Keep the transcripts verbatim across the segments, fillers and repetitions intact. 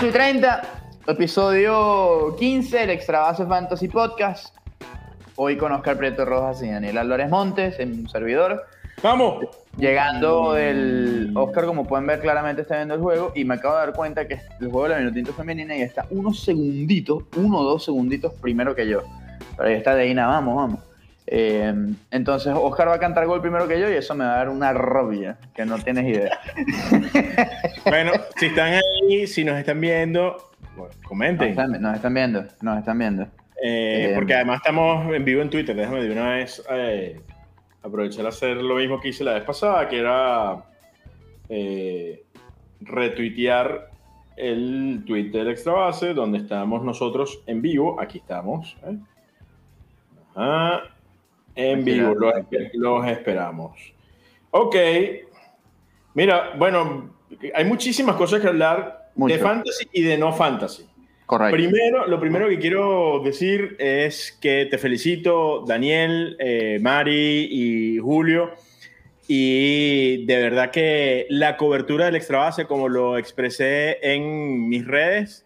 ocho y treinta, episodio quince del Extra Base Fantasy Podcast. Hoy con Oscar Prieto Rojas y Daniel Álvarez Montes, en un servidor. ¡Vamos! Llegando el... Oscar, como pueden ver, claramente está viendo el juego y me acabo de dar cuenta que el juego de la Minotinto Femenina y está unos segunditos, uno o dos segunditos primero que yo. Pero ahí está de ahí, nada, vamos, vamos. Eh, entonces Oscar va a cantar gol primero que yo y eso me va a dar una rabia que no tienes idea. Bueno, si están ahí, si nos están viendo, bueno, comenten. Nos están, nos están viendo, nos están viendo. Eh, Eh, porque además estamos en vivo en Twitter. Déjame de una vez eh, aprovechar a hacer lo mismo que hice la vez pasada, que era eh, retuitear el tweet del Extra Base, donde estamos nosotros en vivo. Aquí estamos. ¿eh? Ajá. En vivo, los, los esperamos. Ok. Mira, bueno, hay muchísimas cosas que hablar Mucho. de fantasy y de no fantasy. Correcto. Primero, lo primero que quiero decir es que te felicito, Daniel, eh, Mari y Julio. Y de verdad que la cobertura del Extra Base, como lo expresé en mis redes,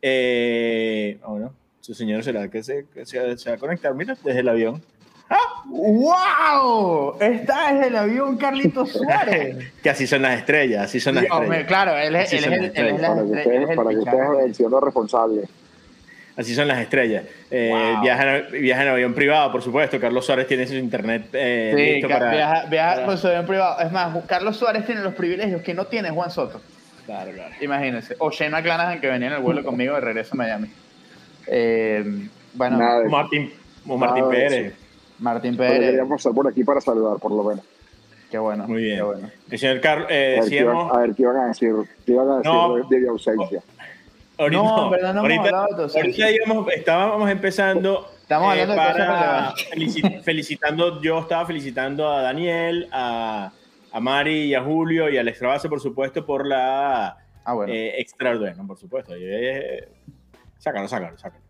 eh, oh, no, su señor será que se, que se, se va a conectar, mira, desde el avión. ¡Ah! ¡Wow! Está desde el avión Carlitos Suárez. Que así son las estrellas, así son las Dios, estrellas. Claro, él es, él es, el, él es la para que ustedes, para que ustedes vayan siendo responsables. Así son las estrellas. Eh, wow. viajan, viajan en avión privado, por supuesto. Carlos Suárez tiene su internet eh, sí, listo para... viaja, viaja para... con su avión privado. Es más, Carlos Suárez tiene los privilegios que no tiene Juan Soto. Claro, claro. Imagínense. O Shane McClanahan, que venía en el vuelo conmigo de regreso a Miami. Eh, bueno, Nada, Martín, o Martín Pérez. Martín Pérez. Pero queríamos pasar por aquí para saludar, por lo menos. Qué bueno. Muy bien. Qué bueno. El señor Carlos, eh, a, ver, decíamos... a ver, ¿qué iban a decir? ¿Qué iban a decir no, de, de ausencia? Ahorita, no, en verdad no ahorita, hemos hablado de ahorita íbamos, estábamos empezando... Estamos hablando eh, de para cosas felicit, felicitando, yo estaba felicitando a Daniel, a, a Mari y a Julio y al Extra Base, por supuesto, por la ah, bueno. eh, extraordinaria, por supuesto. Eh, sácalo, sácalo, sácalo.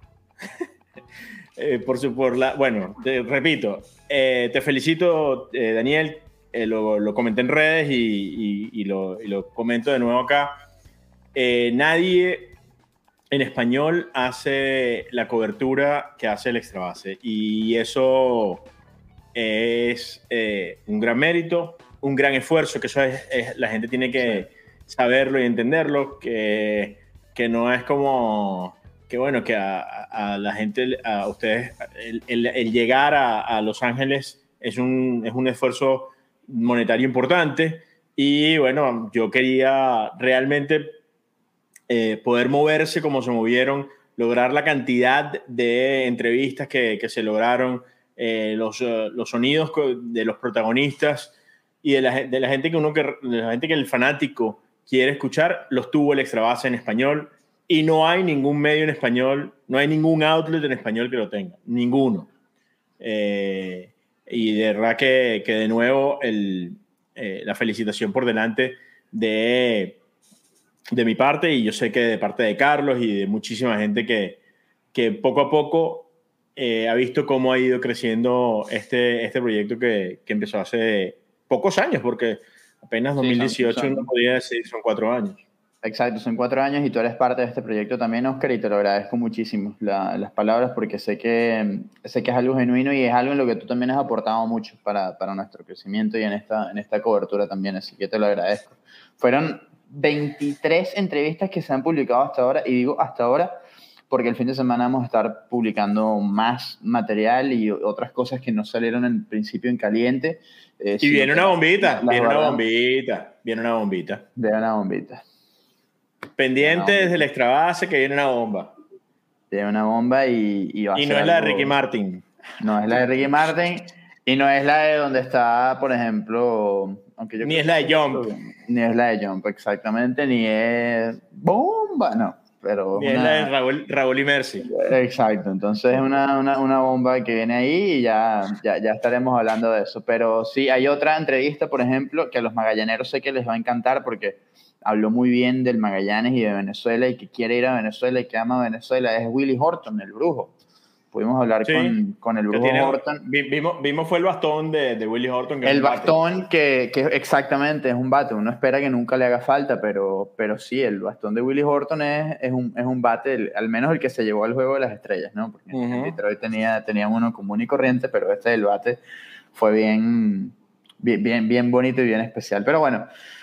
eh, por su, por la, bueno, te repito, eh, te felicito, eh, Daniel, eh, lo, lo comenté en redes y, y, y, lo, y lo comento de nuevo acá. Eh, nadie en español hace la cobertura que hace el Extra Base y eso es eh, un gran mérito, un gran esfuerzo, que eso es, es la gente tiene que sí. saberlo y entenderlo, que, que no es como que bueno, que a, a la gente, a ustedes, el, el, el llegar a, a Los Ángeles es un, es un esfuerzo monetario importante y bueno, yo quería realmente Eh, poder moverse como se movieron, lograr la cantidad de entrevistas que, que se lograron, eh, los, uh, los sonidos de los protagonistas y de la, de la gente que uno que de la gente que el fanático quiere escuchar, los tuvo el Extra Base en español y no hay ningún medio en español, no hay ningún outlet en español que lo tenga, ninguno. Eh, y de verdad que, que de nuevo el, eh, la felicitación por delante de de mi parte, y yo sé que de parte de Carlos y de muchísima gente que, que poco a poco eh, ha visto cómo ha ido creciendo este, este proyecto que, que empezó hace pocos años, porque apenas dos mil dieciocho sí, son, son, no podía decir, son cuatro años. Exacto, son cuatro años y tú eres parte de este proyecto también, Oscar, y te lo agradezco muchísimo la, las palabras, porque sé que, sé que es algo genuino y es algo en lo que tú también has aportado mucho para, para nuestro crecimiento y en esta, en esta cobertura también, así que te lo agradezco. Fueron veintitrés entrevistas que se han publicado hasta ahora, y digo hasta ahora porque el fin de semana vamos a estar publicando más material y otras cosas que no salieron en principio en caliente. Eh, y viene una bombita, viene una bombita, viene una bombita. Viene una bombita. Pendiente desde el Extra Base que viene una bomba. Viene una bomba y, y va a y ser no es la algo... de Ricky Martin. No es la de Ricky Martin y no es la de donde está, por ejemplo... Aunque yo ni es la de Jump. Ni es la de Jump, exactamente, ni es bomba, no. Pero ni una... es la de Raúl, Raúl y Mercy. Exacto, entonces es una, una, una bomba que viene ahí y ya, ya, ya estaremos hablando de eso. Pero sí, hay otra entrevista, por ejemplo, que a los magallaneros sé que les va a encantar porque habló muy bien del Magallanes y de Venezuela y que quiere ir a Venezuela y que ama a Venezuela. Es Willie Horton, el brujo. Pudimos hablar Sí, con, con el que Brujo tiene- Horton. vi- vimos, vimos fue el bastón de, de Willie Horton. que es El un bate. bastón que, que exactamente es un bate. Uno espera que nunca le haga falta, pero, pero sí, el bastón de Willie Horton es, es, un, es un bate, el- al menos el que se llevó al Juego de las Estrellas, ¿no? Porque en Ujú. Detroit tenía, tenía uno común y corriente, pero este del bate fue bien, bien, bien, bien bonito y bien especial. Pero bueno,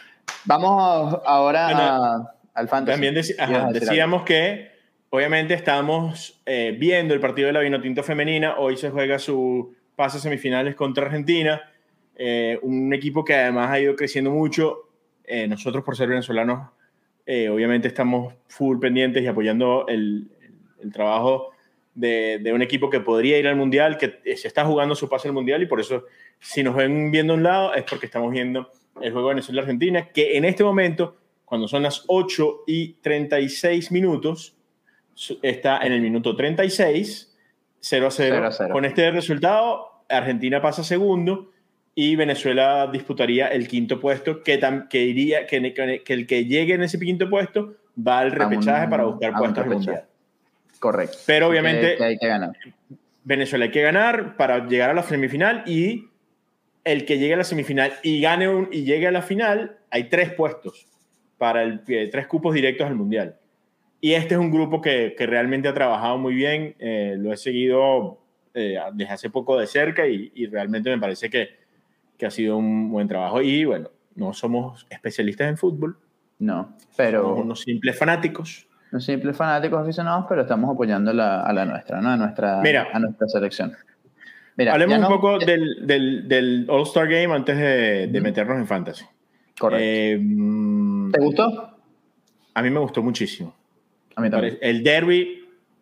vamos ahora Bueno, a- al fantasy. También deci- Ibas ajá, a decir decíamos que obviamente estamos eh, viendo el partido de la Vinotinto femenina. Hoy se juega su pase a semifinales contra Argentina, eh, un equipo que además ha ido creciendo mucho. Eh, nosotros por ser venezolanos eh, obviamente estamos full pendientes y apoyando el, el- el trabajo de, de un equipo que podría ir al Mundial, que se está jugando su pase al Mundial, y por eso si nos ven viendo a un lado es porque estamos viendo el juego de Venezuela-Argentina, que en este momento, cuando son las ocho y treinta y seis minutos, su- está en el minuto treinta y seis, cero a cero. cero a cero. Con este resultado, Argentina pasa segundo y Venezuela disputaría el quinto puesto, que, tam- que, iría, que, que- que el que llegue en ese quinto puesto va al A un- repechaje para buscar a un puestos al repechaje. Mundial. Correcto. Pero Así que- obviamente- que hay que ganar. Venezuela hay que ganar para llegar a la semifinal, y el que llegue a la semifinal y gane un, y llegue a la final, hay tres puestos para el, eh, tres cupos directos al Mundial. Y este es un grupo que, que realmente ha trabajado muy bien. Eh, lo he seguido eh, desde hace poco de cerca y, y realmente me parece que, que ha sido un buen trabajo. Y bueno, no somos especialistas en fútbol, No, pero... somos unos simples fanáticos. No simples fanáticos aficionados, pero estamos apoyando la, a la nuestra, ¿no? A nuestra, Mira. a nuestra selección. Mira, Hablemos ya un no- poco ya- del, del, del All-Star Game antes de, de Ujú. meternos en Fantasy. Correcto. Eh, mm, ¿Te gustó? a mí me gustó muchísimo. A mí también. El derby,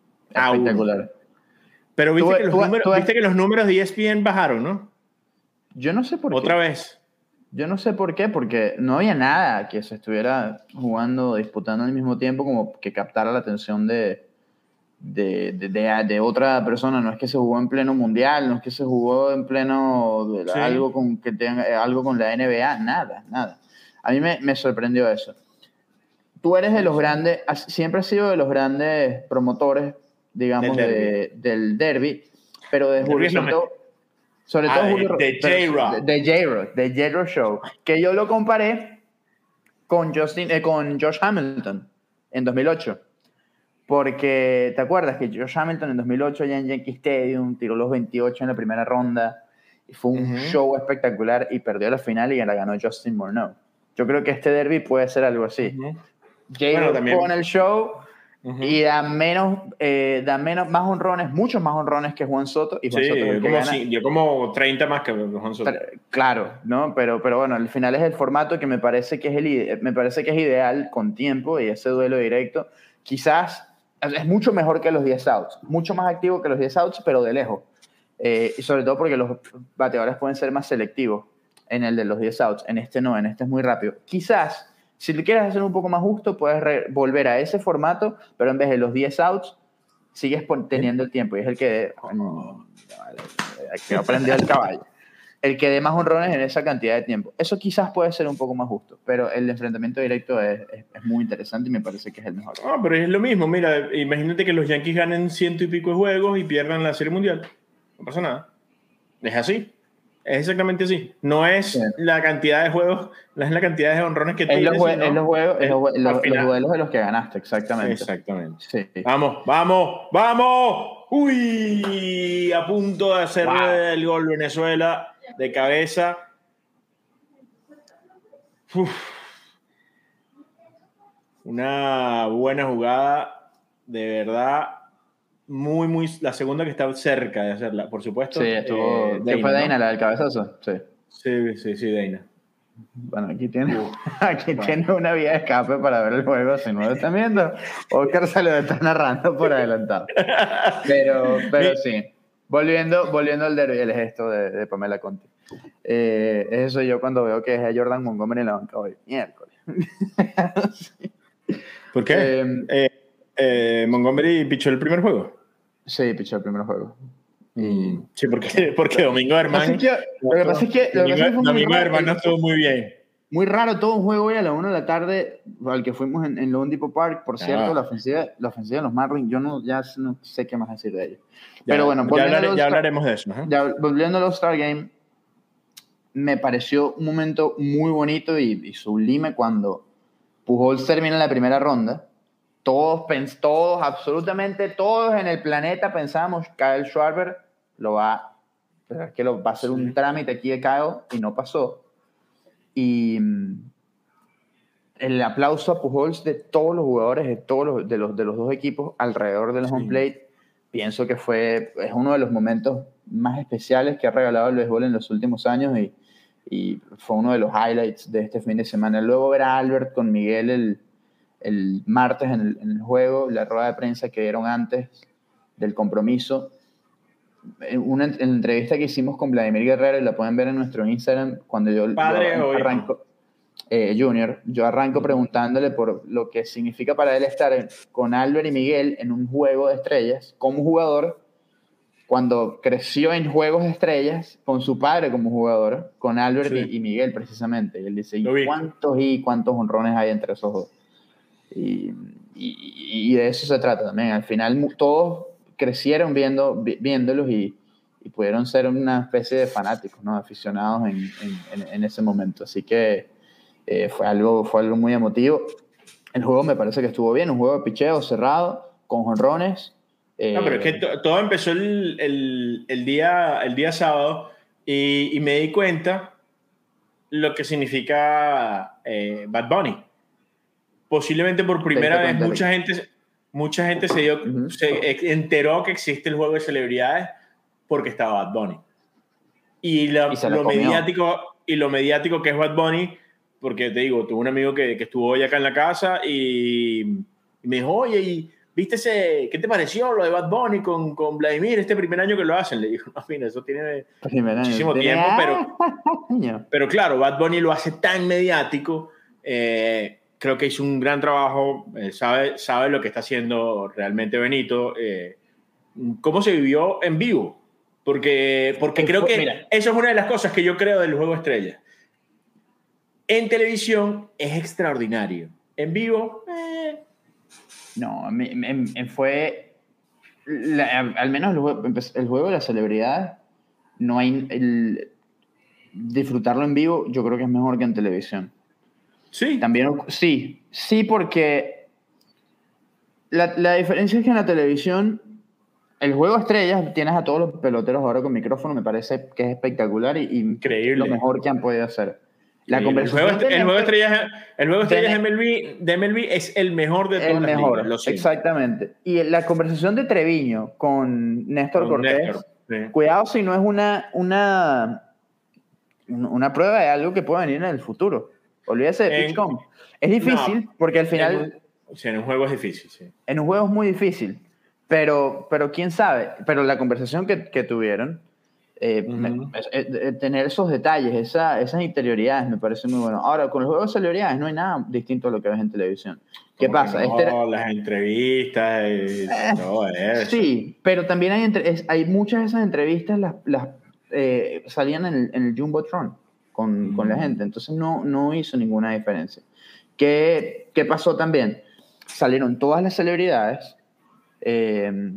a uno. Espectacular. Pero viste, Tú- que los tú- números, tú- viste que los números de E S P N bajaron, ¿no? Yo no sé por Otra qué. vez. Yo no sé por qué, porque no había nada que se estuviera jugando, disputando al mismo tiempo como que captara la atención de, de, de, de- de otra persona. No es que se jugó en pleno mundial, no es que se jugó en pleno de- Sí. algo, con, que tenga, eh, algo con la N B A, nada, nada. A mí me, me sorprendió eso. Tú eres de los grandes, has- siempre has sido de los grandes promotores, digamos, Del de- del derby, pero de Derby Julio, es lo sobre mejor. todo, sobre Ah, todo de- Julio, de pero- J-Rock. de- de J-Rock, de J-Rock Show, que yo lo comparé con, Justin, eh, con Josh Hamilton en dos mil ocho. Porque, ¿te acuerdas que Josh Hamilton en dos mil ocho allá en Yankee Stadium tiró los veintiocho en la primera ronda y fue un Ujú. show espectacular y perdió la final y la ganó Justin Morneau? Yo creo que este derby puede ser algo así. Ujú. J-Rock Bueno, también- pone el show Ujú. y da menos, eh, da menos, más honrones, muchos más honrones que Juan Soto. Y Juan Sí, Soto es el yo que como, gana. ci- yo como treinta más que Juan Soto. Pero, claro, ¿no? Pero, pero bueno, al final es el formato que me parece que es, el, ide- me parece que es ideal con tiempo y ese duelo directo. Quizás es mucho mejor que los diez outs, mucho más activo que los diez outs, pero de lejos. Eh, y sobre todo porque los bateadores pueden ser más selectivos en el de los diez outs. En este no, en este es muy rápido. Quizás, si le quieres hacer un poco más justo, puedes re- volver a ese formato, pero en vez de los diez outs, sigues pon- teniendo el tiempo. Y es el que... coño, el que aprendió el caballo. El que dé más honrones en esa cantidad de tiempo. Eso quizás puede ser un poco más justo, pero el enfrentamiento directo es, es, es muy interesante y me parece que es el mejor. Ah, pero es lo mismo. Mira, imagínate que los Yankees ganen ciento y pico de juegos y pierdan la Serie Mundial. No pasa nada. Es así. Es exactamente así. No es Sí. la cantidad de juegos, no es la cantidad de honrones que Es tienes. los, jue- sino- es los, juegos, es los, jue- al los- los final. duelos de los que ganaste, exactamente. Exactamente. Sí. Vamos, vamos, vamos. Uy, a punto de hacer Wow. el gol Venezuela de cabeza. Uf. Una buena jugada, de verdad. Muy, muy. La segunda que está cerca de hacerla, por supuesto. Sí, estuvo. eh, ¿Qué fue ¿no? Deina, la del cabezazo? Sí. Sí, sí, sí, Deina. Bueno, aquí tiene, Uf. aquí Bueno. tiene una vía de escape para ver el juego si no lo están viendo. Oscar se lo está narrando por adelantado. Pero, pero Mi- sí. Volviendo, volviendo al derbi, el gesto de, de Pamela Conti. Eh, es eso yo cuando veo que es a Jordan Montgomery en la banca hoy. Miércoles. ¿Por qué? Eh, Eh, eh, Montgomery pichó el primer juego. Sí, pichó el primer juego. Y... Sí, porque, porque Domingo Lo que pasa Hermán. es que- lo que pasa es que, lo que pasa es que fue muy Domingo raro. Hermán no estuvo muy bien. muy raro todo un juego hoy a la una de la tarde, al que fuimos en, en Lone Depot Park. Por cierto, Ah. la ofensiva, la ofensiva de los Marlins, yo no, ya no sé qué más decir de ellos. Ya, Pero bueno, ya, volviendo, hablaré- al ya All-Star- hablaremos de eso. ¿eh? ya volviendo al All-Star Game, me pareció un momento muy bonito y, y sublime cuando Pujols termina la primera ronda. Todos, pens- todos, absolutamente todos en el planeta pensamos Kyle Schwarber lo va, pues, que lo, va a hacer Sí. un trámite aquí de Kyle y no pasó. Y mm, el aplauso a Pujols de todos los jugadores de todos los, de los, de los dos equipos alrededor del Sí. home plate, pienso que fue es uno de los momentos más especiales que ha regalado el béisbol en los últimos años y, y fue uno de los highlights de este fin de semana. Luego ver a Albert con Miguel el, el martes en el, en el juego, la rueda de prensa que dieron antes del compromiso. En una en la entrevista que hicimos con Vladimir Guerrero, y la pueden ver en nuestro Instagram, cuando yo, ¿Padre yo o hijo? arranco, eh, Junior, yo arranco Ujú. preguntándole por lo que significa para él estar en- con Albert y Miguel en un juego de estrellas como jugador, cuando creció en juegos de estrellas con su padre como jugador, con Albert Sí. y, y Miguel precisamente. Y él dice, ¿y Lo vi. cuántos y cuántos honrones hay entre esos dos? Y, y- y de eso se trata también. Al final mu- todos crecieron viendo, vi- viéndolos y, y pudieron ser una especie de fanáticos, ¿no? Aficionados en, en- en- en ese momento. Así que eh, fue, algo, fue algo muy emotivo. El juego me parece que estuvo bien, un juego de picheo cerrado, con jonrones. eh, No, pero es que to- todo empezó el, el- el día, el día sábado y, y me di cuenta lo que significa eh, Bad Bunny. Posiblemente por primera Te vez cuenta mucha gente, mucha gente se, dio, Ujú. se enteró que existe el juego de celebridades porque estaba Bad Bunny. Y, la- Y se la lo, comió. mediático, y lo mediático que es Bad Bunny, porque te digo, tuve un amigo que, que estuvo hoy acá en la casa y, y me dijo, oye, ¿y viste ese, qué te pareció lo de Bad Bunny con, con Vladimir este primer año que lo hacen? Le digo, no, mira, eso tiene Primero, muchísimo tiene tiempo, pero, años. pero claro, Bad Bunny lo hace tan mediático, eh, creo que hizo un gran trabajo, eh, sabe, sabe lo que está haciendo realmente Benito. Eh, ¿Cómo se vivió en vivo? Porque, porque El creo ju- que mira. eso es una de las cosas que yo creo del juego estrella. En televisión es extraordinario. En vivo, eh, No, me- me- me fue. la- al menos el juego, el juego de las celebridades, no hay. El, disfrutarlo en vivo, yo creo que es mejor que en televisión. sí. También, sí, sí, porque la, la diferencia es que en la televisión, el juego de estrellas, tienes a todos los peloteros ahora con micrófono, me parece que es espectacular y, y Increíble. lo mejor que han podido hacer. La el conversación juego, el juego de de estrellas, el juego de de- estrellas de M L B, de M L B es el mejor de todas el las mejor, ligas, lo siento. exactamente. Y la conversación de Treviño con Néstor Con Cortés, Néstor, sí. cuidado si no es una, una, una prueba de algo que puede venir en el futuro. Olvídese de En- PitchCom. Es difícil No, porque al En final un, o sea, en un juego es difícil, sí. en un juego es muy difícil, pero, pero quién sabe. Pero la conversación que, que tuvieron, eh, Ujú. me- es- eh, eh, tener esos detalles, esa, esas interioridades, me parece muy bueno. Ahora, con el juego de celebridades no hay nada distinto a lo que ves en televisión. ¿Qué Como que pasa? no, Este era- las entrevistas, y Eh, todo eso. Sí, pero también hay, entre- es- hay muchas de esas entrevistas las, las eh, salían en el, en el Jumbotron con, con la Mm. gente, entonces no, no hizo ninguna diferencia. ¿Qué, qué pasó también? Salieron todas las celebridades eh,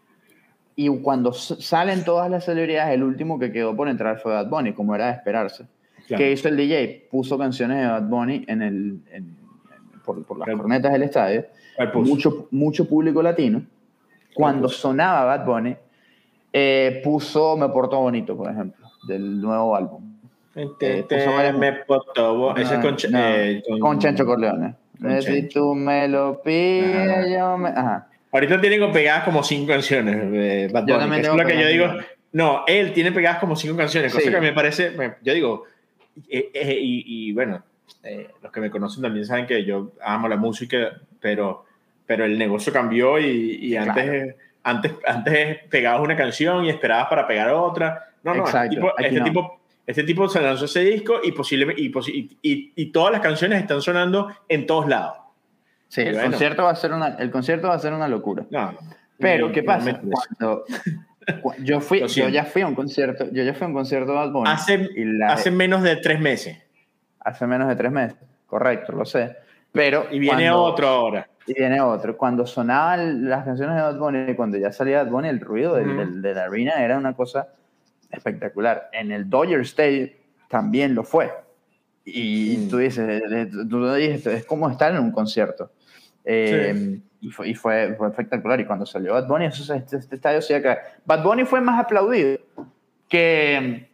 y cuando s- salen todas las celebridades, el último que quedó por entrar fue Bad Bunny, como era de esperarse. Claro. ¿Qué hizo el D J? Puso canciones de Bad Bunny en el, en- en- por, por las Claro. cornetas del estadio. ¿Cuál puso? Mucho, mucho público latino. Cuando puso? sonaba Bad Bunny, eh, puso Me Porto Bonito, por ejemplo, del nuevo álbum. Eh, puso varias- me portó- Ese es con, Ch- No, eh, con Chencho Corleone. con Eh, Si Chencho. tú me lo pides, Ajá. yo me... Ajá. Ahorita tiene pegadas como cinco canciones de Bad Yo Bunny, también que es tengo lo que yo digo. pegadas. No, él tiene pegadas como cinco canciones, cosa Sí. que me parece, me- yo digo, eh, eh, y, y bueno, eh, los que me conocen también saben que yo amo la música, pero, pero el negocio cambió y, y Claro. antes, antes, antes pegabas una canción y esperabas para pegar otra. No, no, Exacto, este tipo, aquí este no. tipo Este tipo se lanzó ese disco y, posiblemente, y, posi- y, y, y todas las canciones están sonando en todos lados. Sí, el, Bueno. concierto va a ser una, el concierto va a ser una locura. No, no. Pero, Ni- ¿qué no pasa? me interesa. Cuando, cu- yo, fui, Lo yo siento. ya fui a un concierto, yo ya fui a un concierto de Bad Bunny. Hace, y la- hace menos de tres meses. hace menos de tres meses. Correcto, lo sé. Pero y viene cuando, otro ahora. Y viene otro. Cuando sonaban las canciones de Bad Bunny, cuando ya salía Bad Bunny, el ruido del, Uh-huh. del, de la arena era una cosa espectacular. En el Dodger Stadium también lo fue. Y mm. tú dices, tú dices, es como estar en un concierto. Eh, sí. Y, fue, y fue, fue espectacular. Y cuando salió Bad Bunny, eso, este, este estadio se iba a caer. Bad Bunny fue más aplaudido que...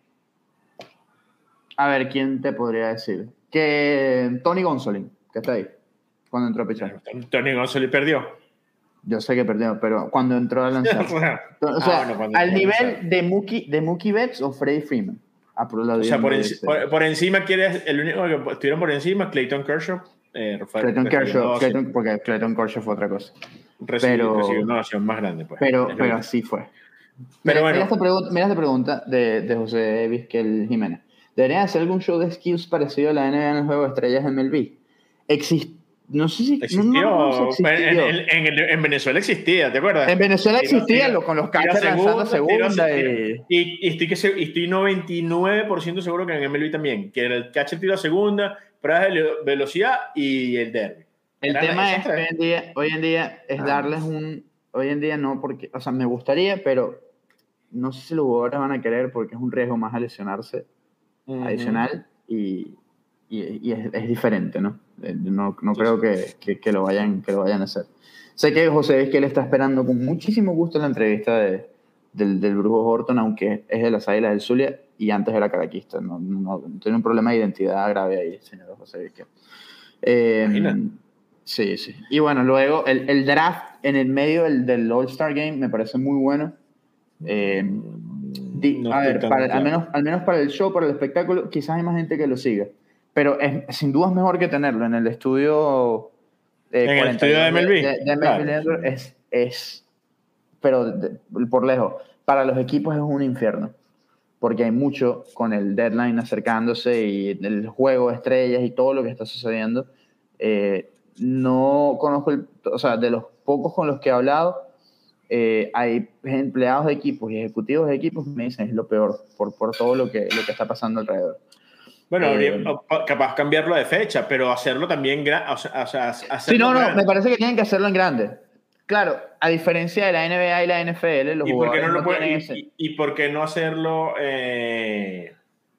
A ver, ¿quién te podría decir? Que Tony Gonsolin, que está ahí, cuando entró a pichar. Tony Gonsolin perdió. Yo sé que perdió, pero cuando entró a lanzar. O sea, ah, bueno, al nivel de Mookie, de Mookie Betts o Freddie Freeman. O sea, por, en, por, por encima, quieres, el único que estuvieron por encima, Clayton Kershaw. Eh, Clayton Kershaw, Clayton, porque Clayton Kershaw fue otra cosa. Recibió, pero, recibió una ovación más grande. Pues, pero pero así fue. Pero mira, bueno. mira, esta pregunta, mira esta pregunta de, de José Vizquel Jiménez. ¿Deberían hacer algún show de skills parecido a la N B A en el juego de estrellas de M L B? Existe. No sé si existió. No, no, no existió. En, en, en, en Venezuela existía, ¿te acuerdas? En Venezuela existía tiro, lo, con los catchers lanzando segunda. Y, y, y, estoy que se, y estoy noventa y nueve por ciento seguro que en M L B también. Que el catcher tira segunda, pruebas de velocidad y el derby. El Era tema es que hoy en día, hoy en día es ah. darles un. Hoy en día no, porque. O sea, me gustaría, pero no sé si los jugadores van a querer porque es un riesgo más a lesionarse uh-huh. adicional y. Y, y es, es diferente, ¿no? No, no sí, creo sí. Que, que, que, lo vayan, que lo vayan a hacer. Sé que José Vizquel está esperando con muchísimo gusto la entrevista de, del, del Brujo Horton, aunque es de las Águilas del Zulia y antes era caraquista. No, no, tiene un problema de identidad grave ahí, señor José Vizquel. Eh, sí, sí. Y bueno, luego el, el draft en el medio del, del All-Star Game me parece muy bueno. Eh, di, no a ver, para, al, menos, al menos para el show, para el espectáculo, quizás hay más gente que lo siga. Pero es, sin duda es mejor que tenerlo en el estudio. Eh, en el estudio de M L B. De, de M L B claro. es, es, pero de, por lejos. Para los equipos es un infierno. Porque hay mucho con el deadline acercándose y el juego de estrellas y todo lo que está sucediendo. Eh, no conozco, el, o sea, de los pocos con los que he hablado, eh, hay empleados de equipos y ejecutivos de equipos que me dicen es lo peor por, por todo lo que, lo que está pasando alrededor. Bueno, eh, capaz cambiarlo de fecha, pero hacerlo también grande. O sea, o sea, sí, no, no, grande. Me parece que tienen que hacerlo en grande. Claro, a diferencia de la N B A y la N F L, los ¿Y jugadores por qué no, lo no puede, y, y, ¿Y por qué no hacerlo eh,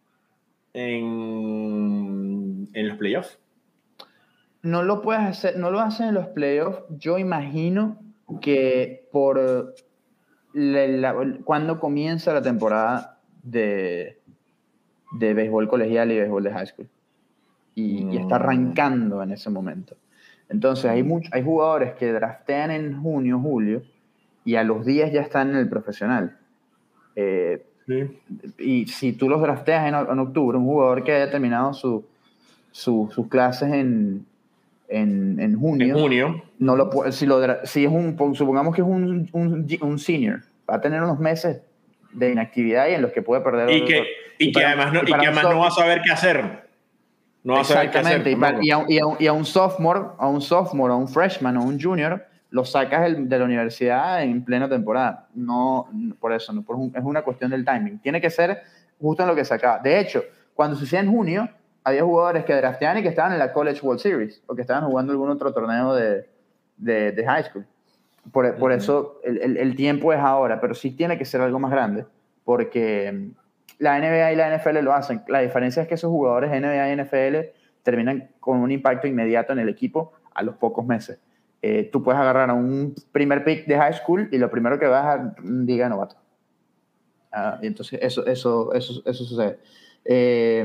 en, en los playoffs? No lo puedes hacer, no lo hacen en los playoffs. Yo imagino que por la, la, cuando comienza la temporada de de béisbol colegial y béisbol de high school. Y, mm. y está arrancando en ese momento. Entonces, hay, mucho, hay jugadores que draftean en junio, julio, y a los días ya están en el profesional. Eh, sí. Y si tú los drafteas en, en octubre, un jugador que haya terminado su, su, sus clases en, en, en junio, en junio. No lo, si, lo, si es un, supongamos que es un, un, un senior, va a tener unos meses de inactividad y en los que puede perder... Y que, y y que para, además, no, y y que además no va a saber qué hacer. No va a saber qué hacer. Y, para, y, a, y, a, y a un sophomore, a un sophomore, a un freshman o un junior, lo sacas el, de la universidad en plena temporada. No, por eso, no, por un, es una cuestión del timing. Tiene que ser justo en lo que se acaba. De hecho, cuando se hacía en junio, había jugadores que drafteaban y que estaban en la College World Series o que estaban jugando algún otro torneo de, de, de high school. Por, por uh-huh. eso el, el, el tiempo es ahora, pero sí tiene que ser algo más grande, porque la N B A y la N F L lo hacen. La diferencia es que esos jugadores N B A y N F L terminan con un impacto inmediato en el equipo a los pocos meses. Eh, tú puedes agarrar a un primer pick de high school y lo primero que vas a diga novato. Uh, y entonces eso, eso, eso, eso sucede. Eh,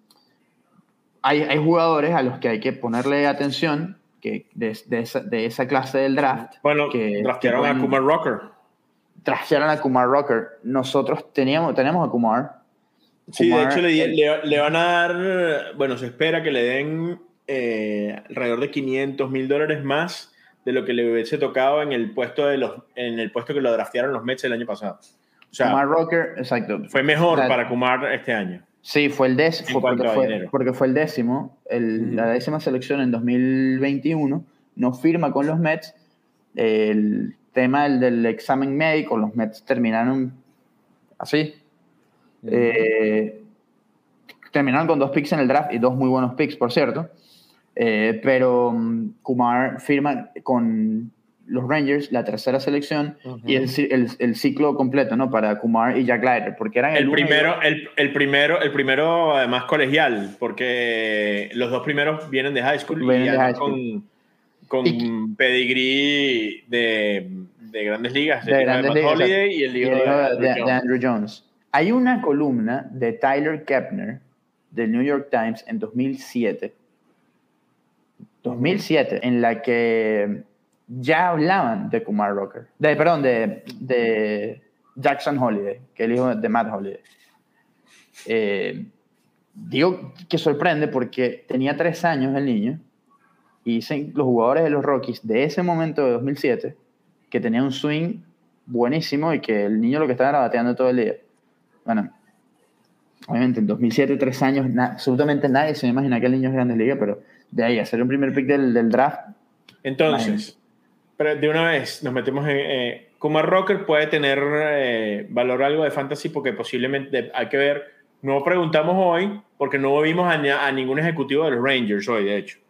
hay, hay jugadores a los que hay que ponerle atención que de, de, esa, de esa clase del draft. Bueno, que, draftearon que pueden, a Kumar Rocker. Draftearon a Kumar Rocker. Nosotros teníamos, tenemos a Kumar. Sí, Kumar, de hecho le, el, le, le van a dar, bueno, se espera que le den eh, alrededor de quinientos mil dólares más de lo que le hubiese tocado en el puesto de los, en el puesto que lo draftearon los Mets el año pasado. O sea, Kumar Rocker, exacto. Fue mejor o sea, para Kumar este año. Sí, fue el décimo, porque fue, porque fue el décimo, el, uh-huh. la décima selección en dos mil veintiuno, no firma con los Mets. El tema del, del examen médico, los Mets terminaron así. Uh-huh. Eh, terminaron con dos picks en el draft y dos muy buenos picks, por cierto. Eh, pero um, Kumar firma con los Rangers la tercera selección uh-huh. y el, el, el ciclo completo, ¿no? Para Kumar y Jack Leiter, porque eran el, el primero, el, el primero, el primero además colegial, porque los dos primeros vienen de high school vienen y de high school. con, con y, pedigrí de, de grandes ligas, de, de grandes Matt ligas, Holliday y el hijo de, de, de, Andrew de, de Andrew Jones. Hay una columna de Tyler Kepner del New York Times en dos mil siete, dos mil siete, en la que ya hablaban de Kumar Rocker, de, perdón, de, de Jackson Holliday, que es el hijo de Matt Holliday. Eh, digo que sorprende porque tenía tres años el niño y dicen los jugadores de los Rockies de ese momento de dos mil siete que tenía un swing buenísimo y que el niño lo que estaba era bateando todo el día. Bueno, obviamente en dos mil siete, tres años, na- absolutamente nadie se imagina que el niño es Grandes Ligas, pero de ahí hacer un primer pick del, del draft. Entonces, imagínate. Pero de una vez nos metemos en... Eh, Kumar Rocker puede tener eh, valor algo de fantasy porque posiblemente hay que ver... No preguntamos hoy porque no vimos a, a ningún ejecutivo de los Rangers hoy, de hecho.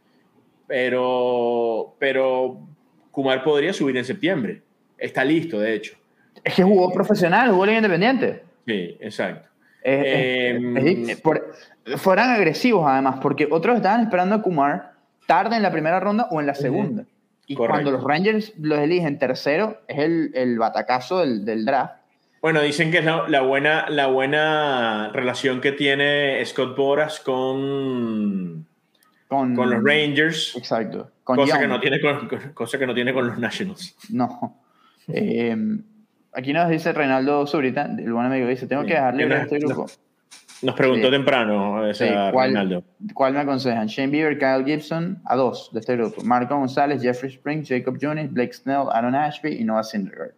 Pero, pero Kumar podría subir en septiembre. Está listo, de hecho. Es que jugó profesional, jugó en Independiente. Sí, exacto. Es, eh, es, es, por, fueran agresivos además, porque otros estaban esperando a Kumar tarde en la primera ronda o en la segunda. Uh-huh. Y correcto. Cuando los Rangers los eligen tercero, es el, el batacazo del, del draft. Bueno, dicen que es la, la, buena, la buena relación que tiene Scott Boras con, con, con los Rangers. Exacto. Con cosa, que no tiene con, cosa que no tiene con los Nationals. No. eh, aquí nos dice Reinaldo Zurita, el buen amigo, dice, tengo sí. que dejar libre a este grupo. Nos, nos preguntó sí. temprano o sea, sí. ¿Cuál, Reinaldo. ¿Cuál me aconsejan? Shane Bieber, Kyle Gibson, a dos de este grupo. Marco González, Jeffrey Spring, Jacob Junior, Blake Snell, Aaron Ashby y Noah Syndergaard.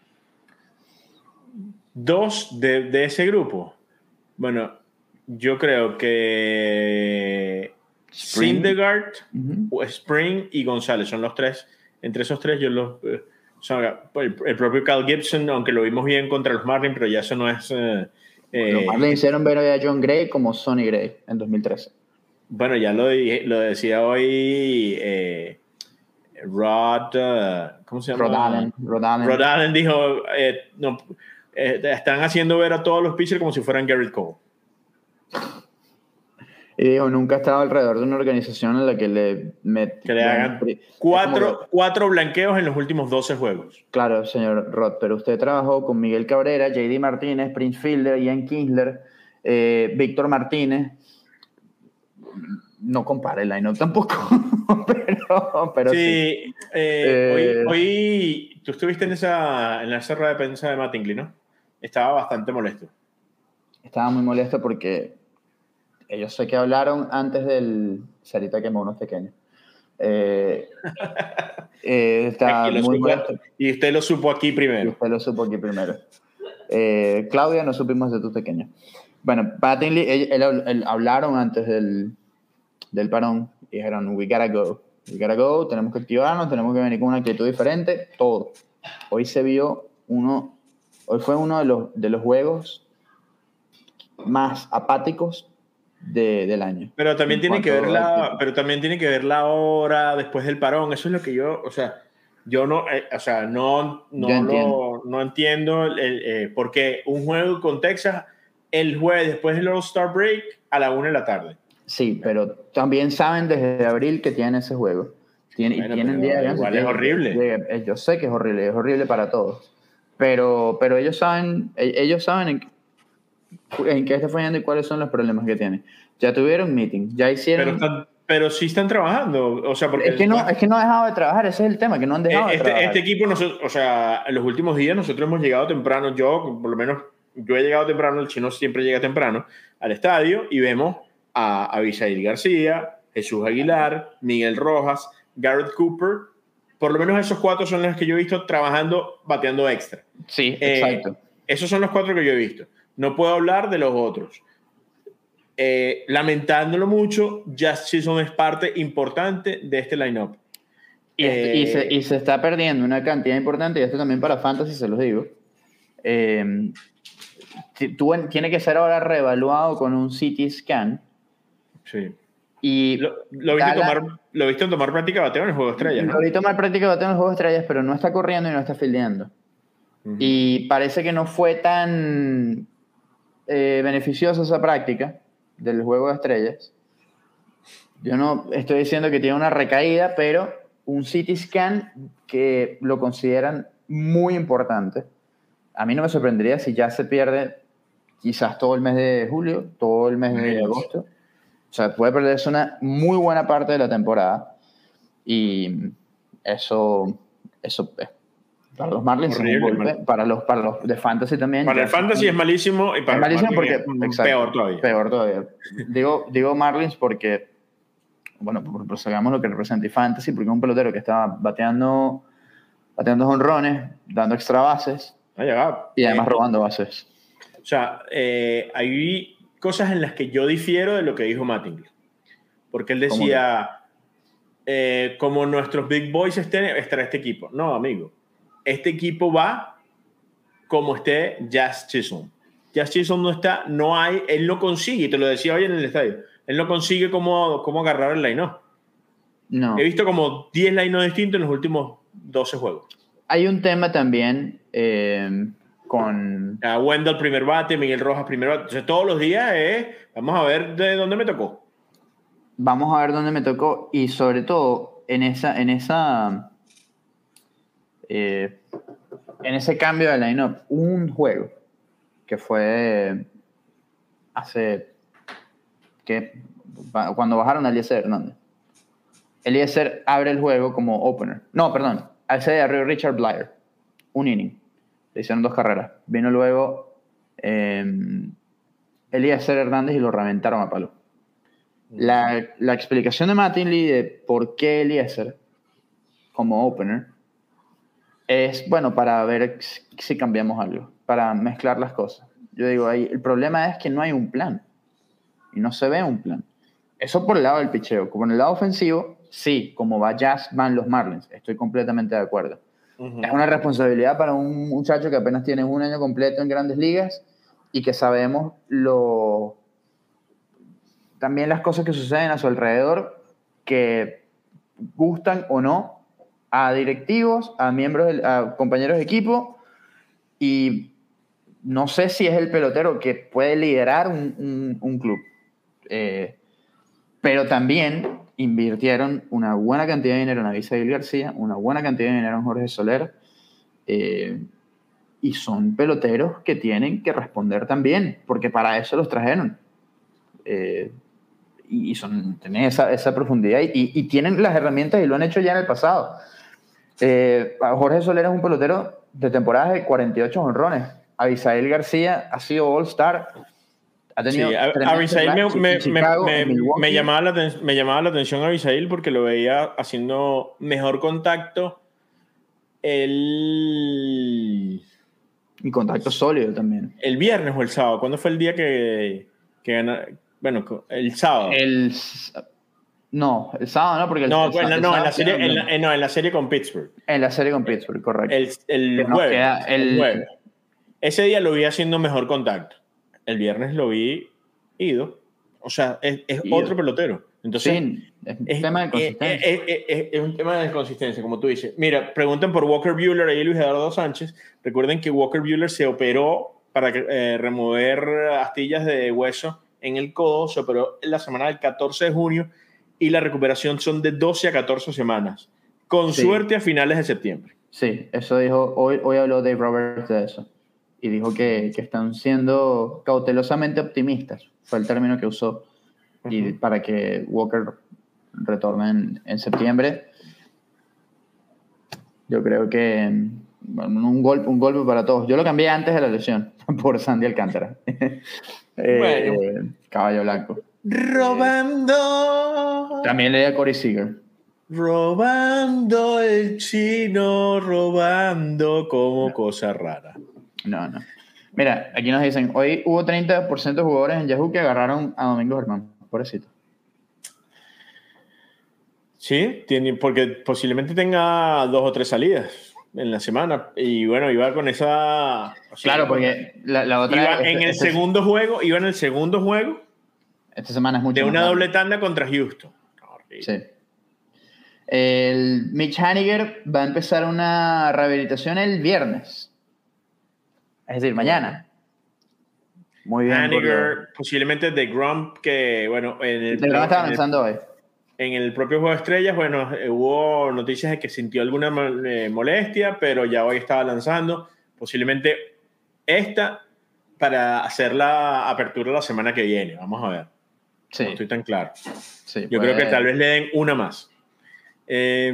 Dos de, de ese grupo. Bueno, yo creo que Spring. Syndergaard, uh-huh. Spring y González son los tres. Entre esos tres yo los... O sea, el, el propio Kyle Gibson, aunque lo vimos bien contra los Marlins, pero ya eso no es... Eh, los Marlins hicieron ver hoy a John Gray como Sonny Gray en dos mil trece. Bueno, ya lo, lo decía hoy eh, Rod... Uh, ¿Cómo se llama? Rod Allen. Rod Allen, Rod Allen dijo... Eh, no, eh, están haciendo ver a todos los pitchers como si fueran Garrett Cole. Y dijo, nunca he estado alrededor de una organización en la que le... Met, que le hagan cuatro, que, cuatro blanqueos en los últimos doce juegos. Claro, señor Rod, pero usted trabajó con Miguel Cabrera, J D Martínez, Prince Fielder, Ian Kinsler, eh, Víctor Martínez. No compare el line-up tampoco, pero, pero sí. sí. Eh, eh, hoy, hoy tú estuviste en esa, en la cerrada de prensa de Mattingly, ¿no? Estaba bastante molesto. Estaba muy molesto porque... Ellos sé que hablaron antes del... Sarita quemó unos pequeños. Eh, eh, está muy molesto. Y usted lo supo aquí primero. Y usted lo supo aquí primero. Eh, Claudia, no supimos de tus pequeños. Bueno, Pattingley, él, él, él, hablaron antes del, del parón y dijeron, we gotta go. We gotta go, tenemos que activarnos, tenemos que venir con una actitud diferente, todo. Hoy se vio uno... Hoy fue uno de los, de los juegos más apáticos De, del año. Pero también tiene que ver la, pero también tiene que ver la hora después del parón. Eso es lo que yo, o sea, yo no, eh, o sea, no, no, entiendo. Lo, no entiendo el, eh, porque un juego con Texas el jueves después del All-Star Break a la una de la tarde. Sí, pero también saben desde abril que tienen ese juego. Tienen, bueno, y tienen días. Igual es horrible. Yo sé que es horrible, es horrible para todos. Pero, pero ellos saben, ellos saben en en qué está fallando y cuáles son los problemas que tiene. Ya tuvieron meeting, ya hicieron... Pero, están, pero sí están trabajando, o sea, porque... Es que, no, es que no ha dejado de trabajar, ese es el tema, que no han dejado este, de trabajar. Este equipo, nosotros, o sea, en los últimos días nosotros hemos llegado temprano, yo, por lo menos, yo he llegado temprano, el chino siempre llega temprano, al estadio, y vemos a Abisail García, Jesús Aguilar, Miguel Rojas, Garrett Cooper, por lo menos esos cuatro son los que yo he visto trabajando, bateando extra. Sí, eh, exacto. Esos son los cuatro que yo he visto. No puedo hablar de los otros. Eh, lamentándolo mucho, Jazz Chisholm es parte importante de este line-up. Y, eh, y, se, y se está perdiendo una cantidad importante, y esto también para Fantasy se los digo. Eh, tú, tiene que ser ahora reevaluado con un C T scan. Sí. Y lo, lo, viste Dallas, tomar, lo viste tomar práctica de bateo en el juego de estrellas, ¿no? Lo vi tomar práctica de bateo en el juego de estrellas, pero no está corriendo y no está fildeando. Uh-huh. Y parece que no fue tan eh, beneficiosa esa práctica del juego de estrellas. Yo no estoy diciendo que tiene una recaída, pero un C T scan que lo consideran muy importante. A mí no me sorprendería si ya se pierde quizás todo el mes de julio, todo el mes de agosto. O sea, puede perderse una muy buena parte de la temporada. Y eso, eso para los Marlins horrible, es un golpe. Para los, para los de Fantasy también. Para el Fantasy es malísimo y para es malísimo porque, es exacto, peor todavía. Peor todavía. digo, digo Marlins porque, bueno, por sabemos lo que representa y Fantasy, porque es un pelotero que estaba bateando, bateando jonrones, dando extra bases ah, y además eh, robando bases. O sea, eh, hay cosas en las que yo difiero de lo que dijo Mattingly. Porque él decía, eh, como nuestros big boys estén, estará este equipo. No, amigo. Este equipo va como esté Jazz Chisholm. Jazz Chisholm no está, no hay, él no consigue, y te lo decía hoy en el estadio, él no consigue cómo, cómo agarrar el line-up. No. He visto como diez line-up distintos en los últimos doce juegos. Hay un tema también eh, con... A Wendell primer bate, Miguel Rojas primer bate. Entonces todos los días es, vamos a ver de dónde me tocó. Vamos a ver dónde me tocó y sobre todo en esa... En esa eh, en ese cambio de line-up, un juego que fue hace que cuando bajaron a Eliezer Hernández. Eliezer abre el juego como opener. No, perdón, a ese de arriba Richard Blyer, un inning. Le hicieron dos carreras. Vino luego eh, Eliezer Hernández y lo reventaron a palo. La, la explicación de Mattingly de por qué Eliezer como opener es, bueno, para ver si cambiamos algo, para mezclar las cosas. Yo digo, ahí el problema es que no hay un plan. Y no se ve un plan. Eso por el lado del picheo. Como en el lado ofensivo, sí, como va Jazz, van los Marlins. Estoy completamente de acuerdo. Uh-huh. Es una responsabilidad para un muchacho que apenas tiene un año completo en Grandes Ligas y que sabemos lo... también las cosas que suceden a su alrededor que gustan o no a directivos, a miembros, de, a compañeros de equipo, y no sé si es el pelotero que puede liderar un, un, un club. Eh, pero también invirtieron una buena cantidad de dinero en Abisail García, una buena cantidad de dinero en Jorge Soler, eh, y son peloteros que tienen que responder también, porque para eso los trajeron. Eh, y son, tienen esa, esa profundidad y, y, y tienen las herramientas y lo han hecho ya en el pasado. Eh, Jorge Soler es un pelotero de temporadas de cuarenta y ocho jonrones. Abisail García ha sido All-Star. Ha tenido sí, Abisail me, me, Chicago, me, me, me, llamaba la, me llamaba la atención a Abisail porque lo veía haciendo mejor contacto. El... Y contacto sólido también. El viernes o el sábado. ¿Cuándo fue el día que, que ganaron? Bueno, el sábado. El... No, el sábado no, porque el, no, el, bueno, el no, sábado en la serie, en la, no, en la serie con Pittsburgh. En la serie con Pittsburgh, correcto. El, el, jueves, queda, el... el jueves. Ese día lo vi haciendo mejor contacto. El viernes lo vi ido. O sea, es, es otro pelotero. Entonces, sí, es un es, tema de consistencia. Es, es, es, es un tema de consistencia, como tú dices. Mira, pregunten por Walker Buehler y Luis Eduardo Sánchez. Recuerden que Walker Buehler se operó para eh, remover astillas de hueso en el codo. Se operó en la semana del catorce de junio. Y la recuperación son de doce a catorce semanas. Con sí. suerte a finales de septiembre. Sí, eso dijo, hoy, hoy habló Dave Roberts de eso. Y dijo que, que están siendo cautelosamente optimistas. Fue el término que usó. Uh-huh. Y para que Walker retorne en, en septiembre. Yo creo que bueno, un, golpe, un golpe para todos. Yo lo cambié antes de la lesión por Sandy Alcántara. eh, bueno. Caballo blanco. Robando. Eh, también leí a Corey Seager. Robando el chino, robando como no. cosa rara. No, no. Mira, aquí nos dicen, hoy hubo treinta por ciento de jugadores en Yahoo que agarraron a Domingo Germán. Pobrecito. Sí, tiene, porque posiblemente tenga dos o tres salidas. en la semana. Y bueno, iba con esa... O sea, claro, porque la, la otra... Iba este, en el este, segundo juego, iba en el segundo juego esta semana es mucho de más una larga. doble tanda contra Houston. Horrible. Sí. El Mitch Haniger va a empezar una rehabilitación el viernes. Es decir, mañana. Muy bien. Haniger, posiblemente de Grump, que bueno, en el, De está en, avanzando el, hoy. en el propio Juego de Estrellas, bueno, eh, hubo noticias de que sintió alguna eh, molestia, pero ya hoy estaba lanzando. Posiblemente esta para hacer la apertura la semana que viene. Vamos a ver. Sí. No estoy tan claro. Sí, Yo puede... creo que tal vez le den una más. Eh,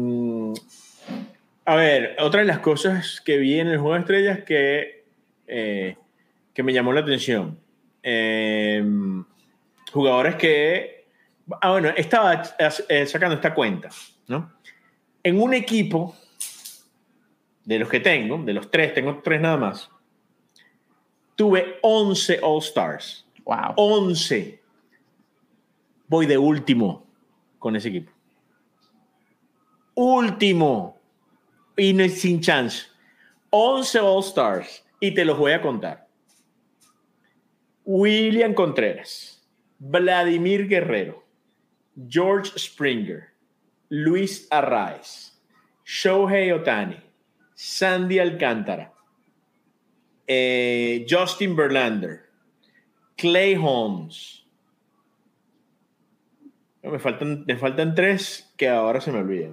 a ver, otra de las cosas que vi en el Juego de Estrellas que, eh, que me llamó la atención. Eh, jugadores que... Ah, bueno, estaba eh, sacando esta cuenta, ¿no? En un equipo, de los que tengo, de los tres, tengo tres nada más, tuve once All-Stars. Wow. once. Voy de último con ese equipo. Último. Y no es sin chance. once All-Stars. Y te los voy a contar. William Contreras, Vladimir Guerrero, George Springer, Luis Arraez, Shohei Ohtani, Sandy Alcántara, eh, Justin Verlander, Clay Holmes. Me faltan, me faltan tres que ahora se me olvidan.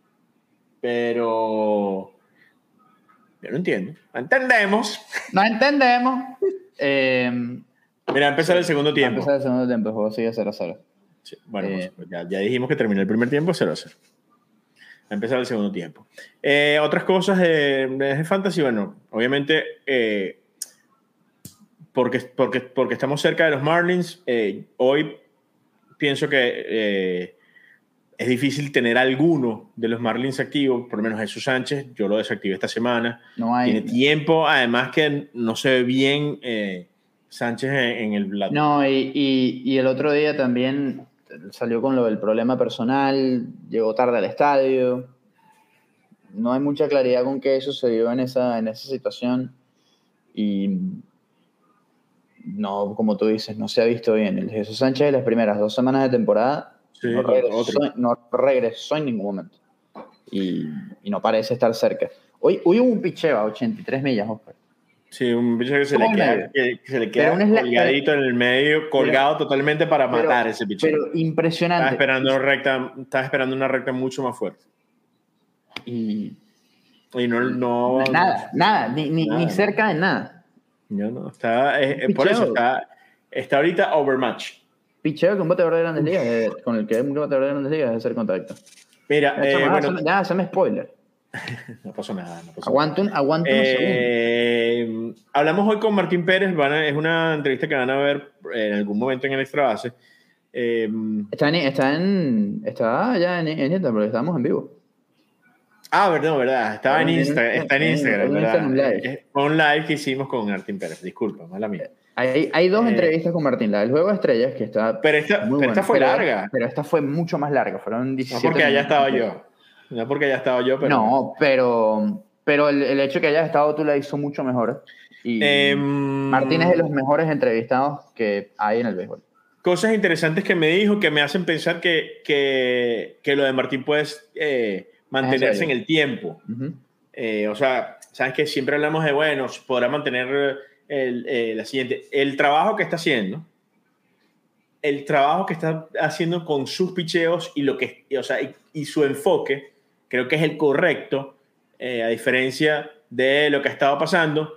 Pero yo no entiendo. No entendemos. No entendemos. Eh, Mira, a empezar sí, el segundo tiempo. A empezar el segundo tiempo. El juego sigue cero a cero. Sí, bueno, eh, pues ya, ya dijimos que terminó el primer tiempo cero a cero. A empezar el segundo tiempo. Eh, otras cosas de, de Fantasy, bueno, obviamente eh, porque, porque, porque estamos cerca de los Marlins, eh, hoy pienso que eh, es difícil tener alguno de los Marlins activos, por lo menos Jesús Sánchez, yo lo desactivé esta semana. No hay, Tiene tiempo, además que no se ve bien eh, Sánchez en, en el plato. No, y, y, y el otro día también salió con lo del problema personal, llegó tarde al estadio. No hay mucha claridad con qué sucedió en esa, en esa situación. Y no, como tú dices, no se ha visto bien. El Jesús Sánchez de las primeras dos semanas de temporada sí, no, regresó, no regresó en ningún momento. Y, y no parece estar cerca. Hoy, hoy hubo un picheo a ochenta y tres millas, Oscar. Sí, un picheo que se le queda, que, que se le queda colgadito en el medio, colgado pero, totalmente para pero, matar ese picheo. Pero impresionante. Estaba esperando, una recta, estaba esperando una recta mucho más fuerte. Y, y no, no... Nada, nada, ni, ni, nada. ni cerca de nada. Yo no, está, eh, por eso está, está ahorita overmatch. Picheo que un bateador de Grandes Ligas, eh, con el que un bateador de Grandes Ligas es hacer contacto. Mira, ya, eh, chama, bueno, hazme, ya, hazme spoiler. No pasó nada. No pasó aguanto un, aguanto eh, un segundo. Hablamos hoy con Martín Pérez, van a, es una entrevista que van a ver en algún momento en el Extra Base. Eh, está, en, está, en, está allá en, en Instagram, porque estamos en vivo. Ah, verdad, verdad. Estaba en, en Instagram. Está en, en Instagram, en ¿verdad? Un live. Fue un live que hicimos con Martín Pérez. Disculpa, mala mía. Hay, hay dos eh, entrevistas con Martín. La del Juego de Estrellas, que está. Pero esta, muy pero buena, esta fue pero, larga. Pero esta fue mucho más larga. Fueron diecisiete No porque haya estado minutos. yo. No porque haya estado yo, pero. No, pero. Pero el, el hecho de que hayas estado tú la hizo mucho mejor. Y eh, Martín es de los mejores entrevistados que hay en el béisbol. Cosas interesantes que me dijo que me hacen pensar que, que, que lo de Martín puede eh, mantenerse en el tiempo. Uh-huh. Eh, o sea, sabes que siempre hablamos de, bueno, podrá mantener el, eh, la siguiente. El trabajo que está haciendo, el trabajo que está haciendo con sus picheos y, lo que, o sea, y, y su enfoque, creo que es el correcto, eh, a diferencia de lo que ha estado pasando.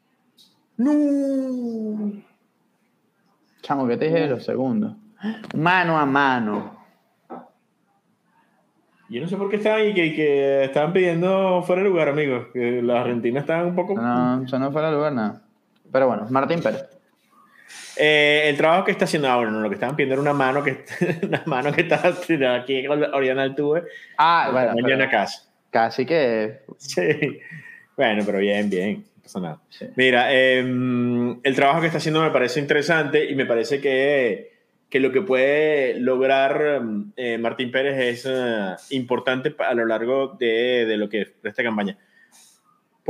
¡No! Chamo, ¿qué te dije de los segundos? Mano a mano. Yo no sé por qué estaban y que, que estaban pidiendo fuera de lugar, amigos. Que los argentinos estaban un poco... No, eso no fuera de lugar, nada. Pero bueno, Martín Pérez. Eh, el trabajo que está haciendo ahora, no, lo que estaban pidiendo era una mano que, una mano que está aquí Oriana tuve. Ah, bueno. En la casa. Casi que... Sí. Bueno, pero bien, bien. No pasa nada. Sí. Mira, eh, el trabajo que está haciendo me parece interesante y me parece que, que lo que puede lograr eh, Martín Pérez es uh, importante a lo largo de, de lo que de esta campaña.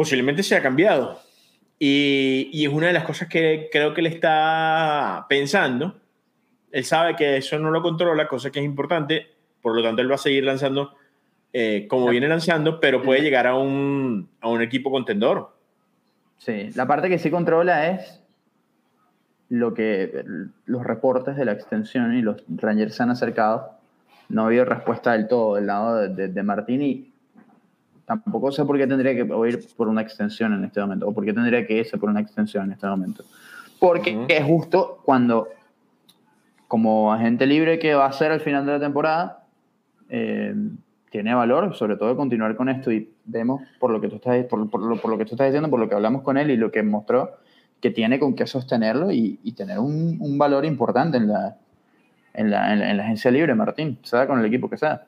posiblemente se ha cambiado. Y, y es una de las cosas que creo que él está pensando. Él sabe que eso no lo controla, cosa que es importante, por lo tanto él va a seguir lanzando eh, como viene lanzando, pero puede llegar a un, a un equipo contendor. Sí, la parte que sí controla es lo que los reportes de la extensión y los Rangers se han acercado. No ha habido respuesta del todo del lado de, de, de Martín y tampoco sé por qué tendría que ir por una extensión en este momento o por qué tendría que irse por una extensión en este momento. Porque uh-huh. es justo cuando, como agente libre que va a ser al final de la temporada, eh, tiene valor, sobre todo de continuar con esto, y vemos por lo que tú estás, por, por, lo, por lo que tú estás diciendo, por lo que hablamos con él y lo que mostró, que tiene con qué sostenerlo y, y tener un, un valor importante en la, en, la, en, la, en la agencia libre, Martín, sea con el equipo que sea.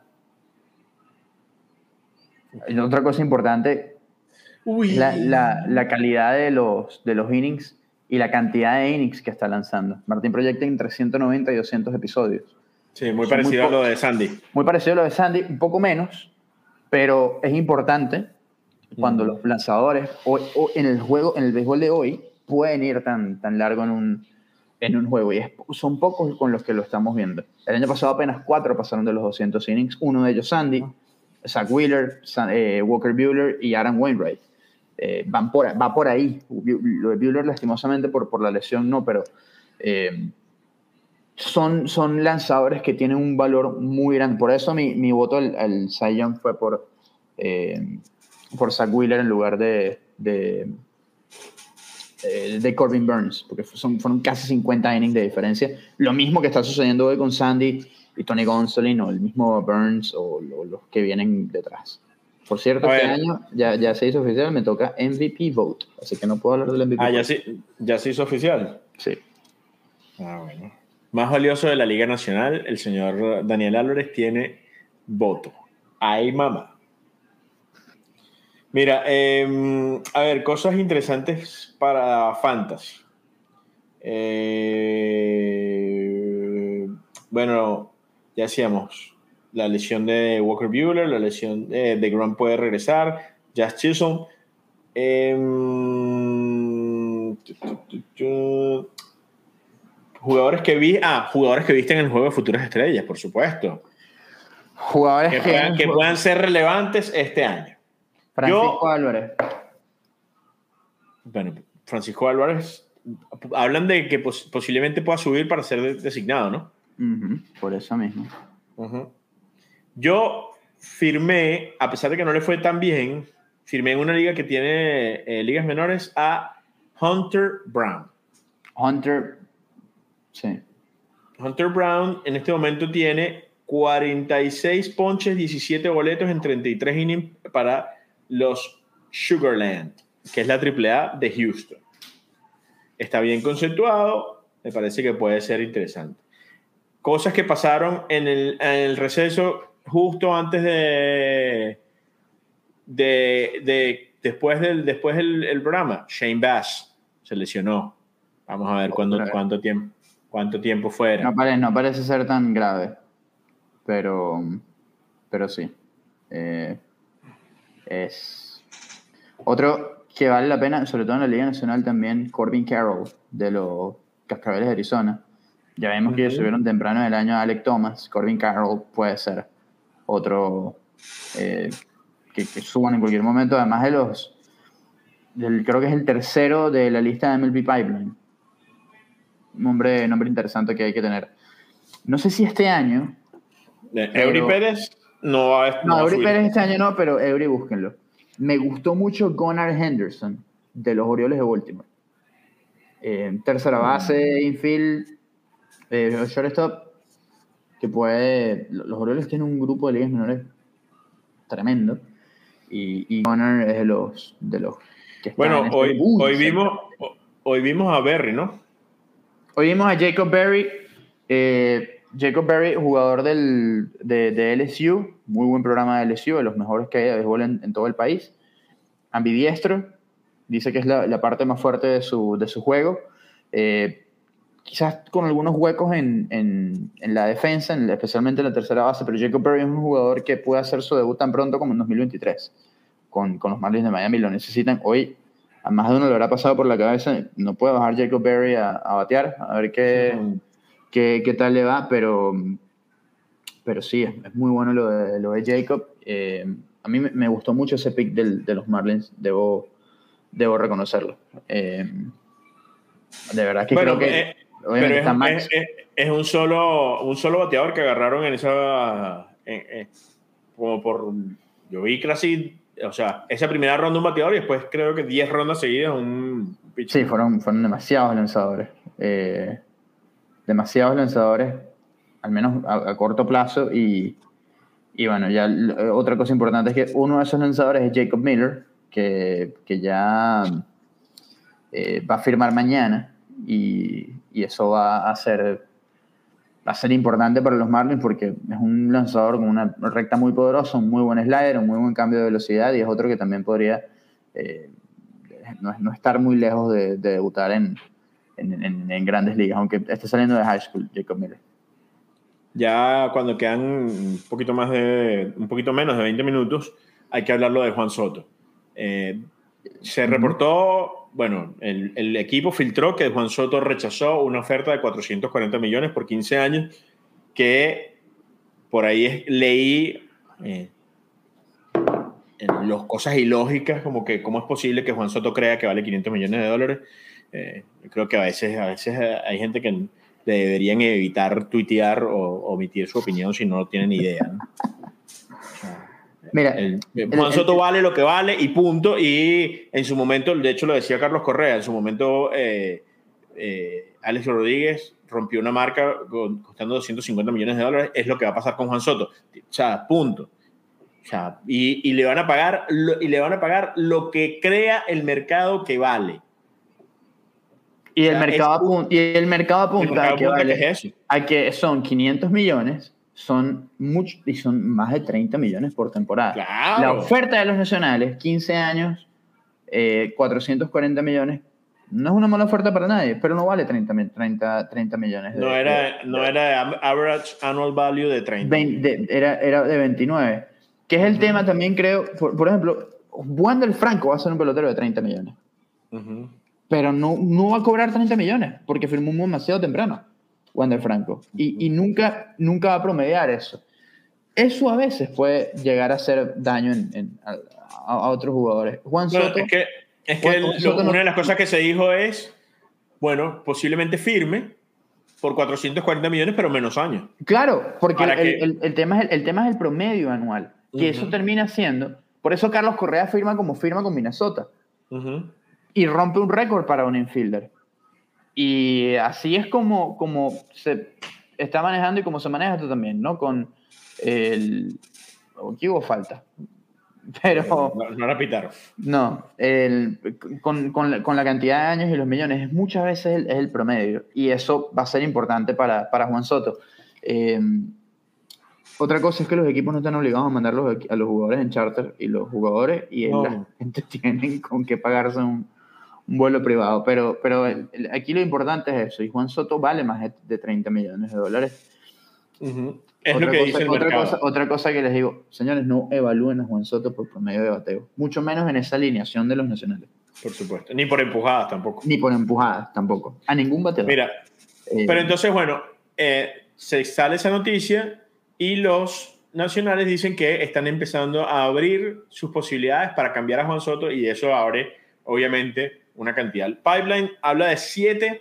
Y otra cosa importante Uy. es la, la, la calidad de los, de los innings y la cantidad de innings que está lanzando. Martín proyecta entre ciento noventa y doscientos episodios. Sí, muy Son parecido muy a lo de Sandy. Muy parecido a lo de Sandy, un poco menos, pero es importante cuando mm. los lanzadores o, o en el juego, en el béisbol de hoy, pueden ir tan, tan largo en un, en un juego. Y es, son pocos con los que lo estamos viendo. El año pasado apenas cuatro pasaron de los doscientos innings. Uno de ellos Sandy, Zach Wheeler, eh, Walker Buehler y Adam Wainwright. Eh, van por, va por ahí. Lo de Buehler lastimosamente por, por la lesión no, pero... Eh, Son, son lanzadores que tienen un valor muy grande. Por eso mi, mi voto al, al Cy Young fue por, eh, por Zach Wheeler en lugar de, de, de Corbin Burns, porque son, fueron casi cincuenta innings de diferencia. Lo mismo que está sucediendo hoy con Sandy y Tony Gonsolin, o el mismo Burns, o, o los que vienen detrás. Por cierto, este año ya, ya se hizo oficial, me toca M V P vote, así que no puedo hablar del M V P Ah, vote. ya se, ya se hizo oficial. Sí. Ah, bueno. Más valioso de la Liga Nacional, el señor Daniel Álvarez tiene voto. ¡Ay, mamá! Mira, eh, a ver, cosas interesantes para Fantasy. Eh, bueno, ya decíamos, la lesión de Walker Buehler, la lesión de, de Grant puede regresar, Jazz Chisholm. Eh, Jugadores que vi, ah, jugadores que viste en el juego de Futuras Estrellas, por supuesto. Jugadores que, que, puedan, que puedan ser relevantes este año. Francisco Yo, Álvarez. Bueno, Francisco Álvarez, hablan de que pos, posiblemente pueda subir para ser designado, ¿no? Uh-huh, por eso mismo. Uh-huh. Yo firmé, a pesar de que no le fue tan bien, firmé en una liga que tiene eh, ligas menores a Hunter Brown. Hunter Sí. Hunter Brown en este momento tiene cuarenta y seis ponches, diecisiete boletos en treinta y tres innings para los Sugarland, que es la triple A de Houston. Está bien conceptuado, me parece que puede ser interesante. Cosas que pasaron en el, en el receso justo antes de, de, de después del después del el programa. Shane Bass se lesionó. Vamos a ver cuándo, cuánto tiempo. ¿Cuánto tiempo fuera? No parece, no parece ser tan grave, pero, pero sí. Eh, es otro que vale la pena, sobre todo en la Liga Nacional también, Corbin Carroll, de los Cascabeles de Arizona. Ya vemos uh-huh. que ellos subieron temprano en el año a Alec Thomas. Corbin Carroll puede ser otro eh, que, que suban en cualquier momento, además de los, del, creo que es el tercero de la lista de M L B Pipeline. Nombre, nombre interesante que hay que tener. No sé si este año... Eh, Eury Pérez no va a... No, no Eury Pérez este año no, pero Eury búsquenlo. Me gustó mucho Gunnar Henderson, de los Orioles de Baltimore. Eh, tercera base, infield, eh, shortstop, que puede... Los Orioles tienen un grupo de ligas menores tremendo. Y, y Gunnar es de los, de los que están bueno, en este hoy, bus, hoy, vimos, hoy vimos a Berry, ¿no? Hoy vimos a Jacob Berry, eh, Jacob Berry, jugador del, de, de L S U, muy buen programa de L S U, de los mejores que hay de béisbol en, en todo el país. Ambidiestro, dice que es la, la parte más fuerte de su, de su juego. Eh, quizás con algunos huecos en, en, en la defensa, en, especialmente en la tercera base, pero Jacob Berry es un jugador que puede hacer su debut tan pronto como en dos mil veintitrés. con, con los Marlins de Miami, lo necesitan. Hoy a más de uno le habrá pasado por la cabeza, no puede bajar Jacob Berry a, a batear, a ver qué, uh-huh. qué, qué tal le va, pero, pero sí, es, es muy bueno lo de, lo de Jacob. Eh, a mí me, me gustó mucho ese pick del, de los Marlins, debo, debo reconocerlo. Eh, de verdad que bueno, creo que eh, obviamente está Max. Es, es, es un, solo, un solo bateador que agarraron en esa... En, en, como por... Yo vi casi... O sea, esa primera ronda un bateador y después creo que diez rondas seguidas un pitcher. Sí, fueron, fueron demasiados lanzadores. Eh, demasiados lanzadores, al menos a, a corto plazo. Y, y bueno, ya otra cosa importante es que uno de esos lanzadores es Jacob Miller, que, que ya eh, va a firmar mañana. Y, y eso va a ser... va a ser importante para los Marlins porque es un lanzador con una recta muy poderosa, un muy buen slider, un muy buen cambio de velocidad y es otro que también podría eh, no, no estar muy lejos de, de debutar en, en, en, en grandes ligas, aunque esté saliendo de high school, Jacob Miller. Ya cuando quedan un poquito, más de, un poquito menos de veinte minutos, hay que hablarlo de Juan Soto. Eh, se reportó, bueno, el, el equipo filtró que Juan Soto rechazó una oferta de cuatrocientos cuarenta millones por quince años, que por ahí es, leí eh, las cosas ilógicas, como que cómo es posible que Juan Soto crea que vale quinientos millones de dólares. Eh, creo que a veces, a veces hay gente que le deberían evitar tuitear o omitir su opinión si no lo tienen idea, ¿no? Mira, el, Juan Soto el, el, vale lo que vale y punto. Y en su momento, de hecho lo decía Carlos Correa, en su momento eh, eh, Alex Rodríguez rompió una marca costando doscientos cincuenta millones de dólares. Es lo que va a pasar con Juan Soto. O sea, punto. O sea, y, y, le van a pagar lo, y le van a pagar lo que crea el mercado que vale. Y el, o sea, mercado, apun- y el mercado apunta a que, vale, que, es eso. a que son quinientos millones. Son mucho, y son más de treinta millones por temporada. Claro. La oferta de los nacionales, quince años, eh, cuatrocientos cuarenta millones, no es una mala oferta para nadie, pero no vale treinta, treinta, treinta millones. De, no era, de, no de, era average annual value de treinta. veinte, de, era, era de veintinueve. Que es el uh-huh. tema también, creo, por, por ejemplo, Wander Franco va a ser un pelotero de treinta millones. Uh-huh. Pero no, no va a cobrar treinta millones, porque firmó demasiado temprano. Wander Franco. Y, y nunca, nunca va a promediar eso. Eso a veces puede llegar a hacer daño en, en, a, a otros jugadores. Juan Soto... No, es que, es que Juan, el, Juan Soto lo, no, una de las cosas que se dijo es, bueno, posiblemente firme por cuatrocientos cuarenta millones, pero menos años. Claro, porque el, que... el, el, tema es el, el tema es el promedio anual, que uh-huh. eso termina siendo... Por eso Carlos Correa firma como firma con Minnesota. Uh-huh. Y rompe un récord para un infielder. Y así es como, como se está manejando y como se maneja esto también, ¿no? Con el... Aquí hubo falta. Pero... No, no la pitaron. No. El, con, con, la, con la cantidad de años y los millones, muchas veces es el, es el promedio. Y eso va a ser importante para, para Juan Soto. Eh, otra cosa es que los equipos no están obligados a mandarlos a los jugadores en charter. Y los jugadores y no. la gente tienen con qué pagarse un... un vuelo privado, pero, pero el, el, aquí lo importante es eso, y Juan Soto vale más de treinta millones de dólares. Uh-huh. Es otra lo que cosa, dice el otra mercado. Cosa, otra cosa que les digo, señores, no evalúen a Juan Soto por promedio de bateo, mucho menos en esa alineación de los nacionales. Por supuesto, ni por empujadas tampoco. Ni por empujadas tampoco, a ningún bateador. Mira, eh, pero entonces, bueno, eh, se sale esa noticia y los nacionales dicen que están empezando a abrir sus posibilidades para cambiar a Juan Soto y eso abre, obviamente, una cantidad. El Pipeline habla de siete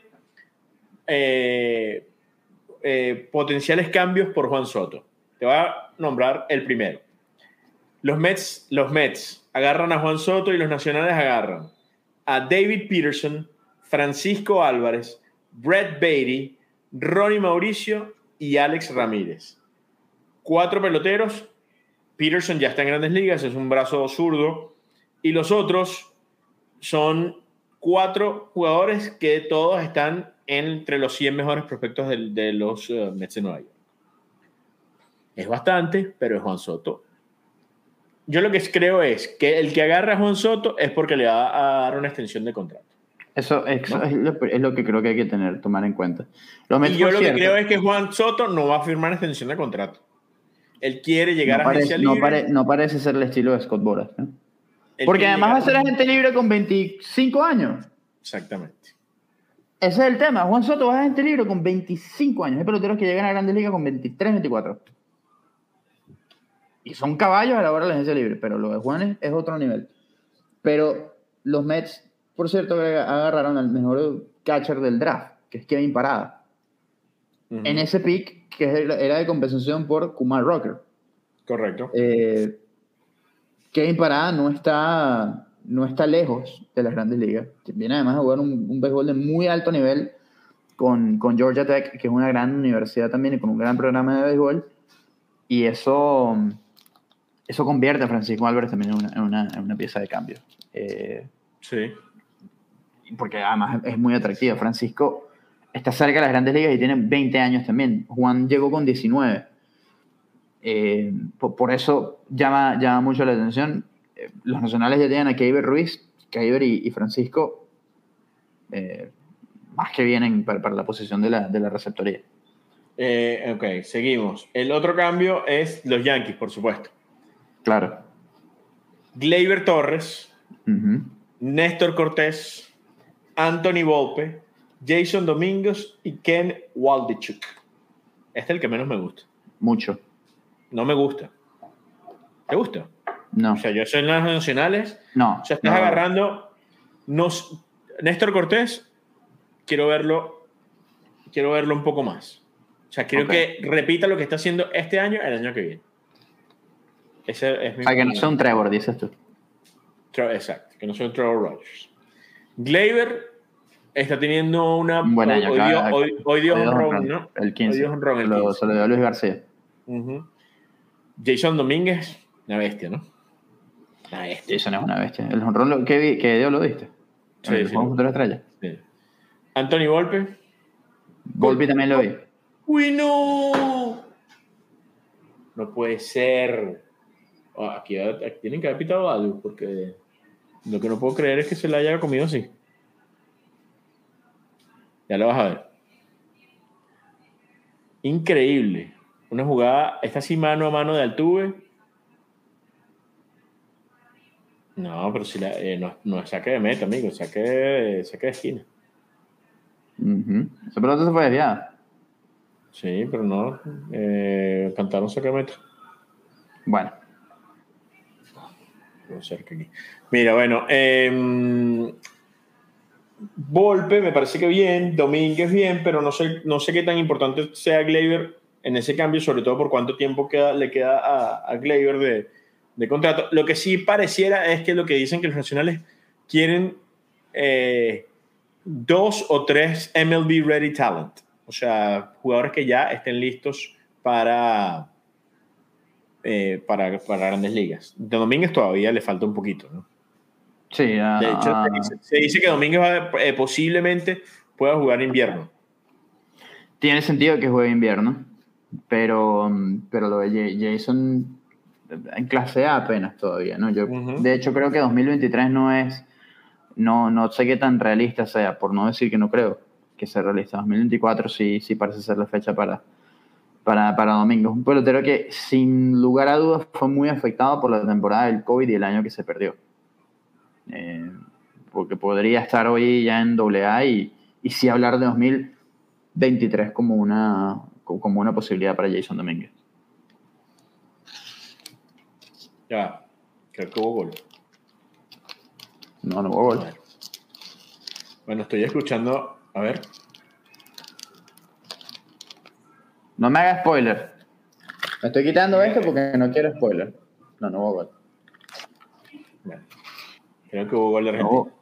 eh, eh, potenciales cambios por Juan Soto. Te voy a nombrar el primero. Los Mets, los Mets agarran a Juan Soto y los nacionales agarran a David Peterson, Francisco Álvarez, Brett Beatty, Ronnie Mauricio y Alex Ramírez. Cuatro peloteros. Peterson ya está en Grandes Ligas, es un brazo zurdo. Y los otros son cuatro jugadores que todos están entre los cien mejores prospectos de, de los uh, Mets de Nueva York. Es bastante, pero es Juan Soto. Yo lo que creo es que el que agarra a Juan Soto es porque le va a dar una extensión de contrato. Eso, eso ¿no? es, lo, es lo que creo que hay que tener, tomar en cuenta. Los Mets, y yo lo cierto, que creo es que Juan Soto no va a firmar extensión de contrato. Él quiere llegar no a parece, agencia libre. No, pare, no parece ser el estilo de Scott Boras, ¿no? él Porque quiere además va a llegar- ser agente libre con veinticinco años. Exactamente. Ese es el tema. Juan Soto va a agente libre con veinticinco años. Hay peloteros que llegan a Grandes Ligas con veintitrés, veinticuatro. Y son caballos a la hora de la agencia libre, pero lo de Juan es, es otro nivel. Pero los Mets, por cierto, agarraron al mejor catcher del draft, que es Kevin Parada. Uh-huh. En ese pick, que era de compensación por Kumar Rocker. Correcto. Eh, Kevin Parada no está, no está lejos de las Grandes Ligas. Viene además a jugar un, un béisbol de muy alto nivel con, con Georgia Tech, que es una gran universidad también y con un gran programa de béisbol. Y eso, eso convierte a Francisco Álvarez también en una, en una, en una pieza de cambio. Eh, sí. Porque además es muy atractiva. Francisco está cerca de las Grandes Ligas y tiene veinte años también. Juan llegó con diecinueve. Eh, por, por eso llama, llama mucho la atención. Eh, los nacionales ya tienen a Keiber Ruiz, Keiber y, y Francisco, eh, más que vienen para, para la posición de la, de la receptoría. Eh, ok, seguimos. El otro cambio es los Yankees, por supuesto. Claro. Gleyber Torres, Uh-huh. Néstor Cortés, Anthony Volpe, Jason Domínguez y Ken Waldichuk. Este es el que menos me gusta. Mucho. No me gusta. ¿Te gusta? No. O sea, yo soy en las nacionales. No. O sea, estás no. agarrando. Nos, Néstor Cortés, quiero verlo. Quiero verlo un poco más. O sea, quiero Okay. que repita lo que está haciendo este año el año que viene. Ese es mi. O sea, que no sea un Trevor, dices tú. Exacto, que no sea un Trevor Rogers. Gleyber está teniendo una. Un buen año. Hoy, hoy, dio, cada, hoy, hoy dio hoy honrón, ¿no? El quince. Hoy dio honrón el se, lo, quince. se lo dio a Luis García. Uh-huh. Jason Domínguez, una bestia, ¿no? Una bestia. Jason es una bestia. El honrón lo, que, vi, que dio lo viste. Sí, el sí. juego futuro estrella. Sí. Anthony Volpe. Volpi también lo vi. ¡Uy, no! No puede ser. Oh, aquí, aquí tienen que haber pitado algo, porque lo que no puedo creer es que se la haya comido así. Ya lo vas a ver. Increíble. Una jugada, esta sí mano a mano de Altuve. No, pero si la, eh, no, no es saque de meta, amigo, saque, saque de esquina. Uh-huh. Esa pelota se fue desviada. Sí, pero no. Eh, cantaron saque de meta. Bueno. Cerca aquí. Mira, bueno, eh, Volpe me parece que bien, Domínguez bien, pero no sé, no sé qué tan importante sea Gleyber en ese cambio, sobre todo por cuánto tiempo queda, le queda a, a Gleyber de, de contrato. Lo que sí pareciera es que lo que dicen que los nacionales quieren eh, dos o tres M L B ready talent, o sea, jugadores que ya estén listos para Eh, para, para grandes ligas. De Domínguez todavía le falta un poquito, ¿no? Sí, uh, de hecho, uh, se, dice, se dice que Domínguez va, eh, posiblemente pueda jugar invierno. Tiene sentido que juegue invierno, pero, pero lo de Jason en clase A apenas todavía, ¿no? Yo, uh-huh. De hecho, creo que dos mil veintitrés no es, no, no sé qué tan realista sea, por no decir que no creo que sea realista. dos mil veinticuatro sí, sí parece ser la fecha para Para, para Domingo. Un pelotero que, sin lugar a dudas, fue muy afectado por la temporada del COVID y el año que se perdió. Eh, porque podría estar hoy ya en doble A y, y sí hablar de dos mil veintitrés como una, como una posibilidad para Jason Domínguez. Ya, creo que hubo gol. No, no hubo gol. Bueno, estoy escuchando. A ver. No me hagas spoiler. Me estoy quitando esto porque no quiero spoiler. No, no hubo gol. Bueno, creo que hubo gol de Argentina. No.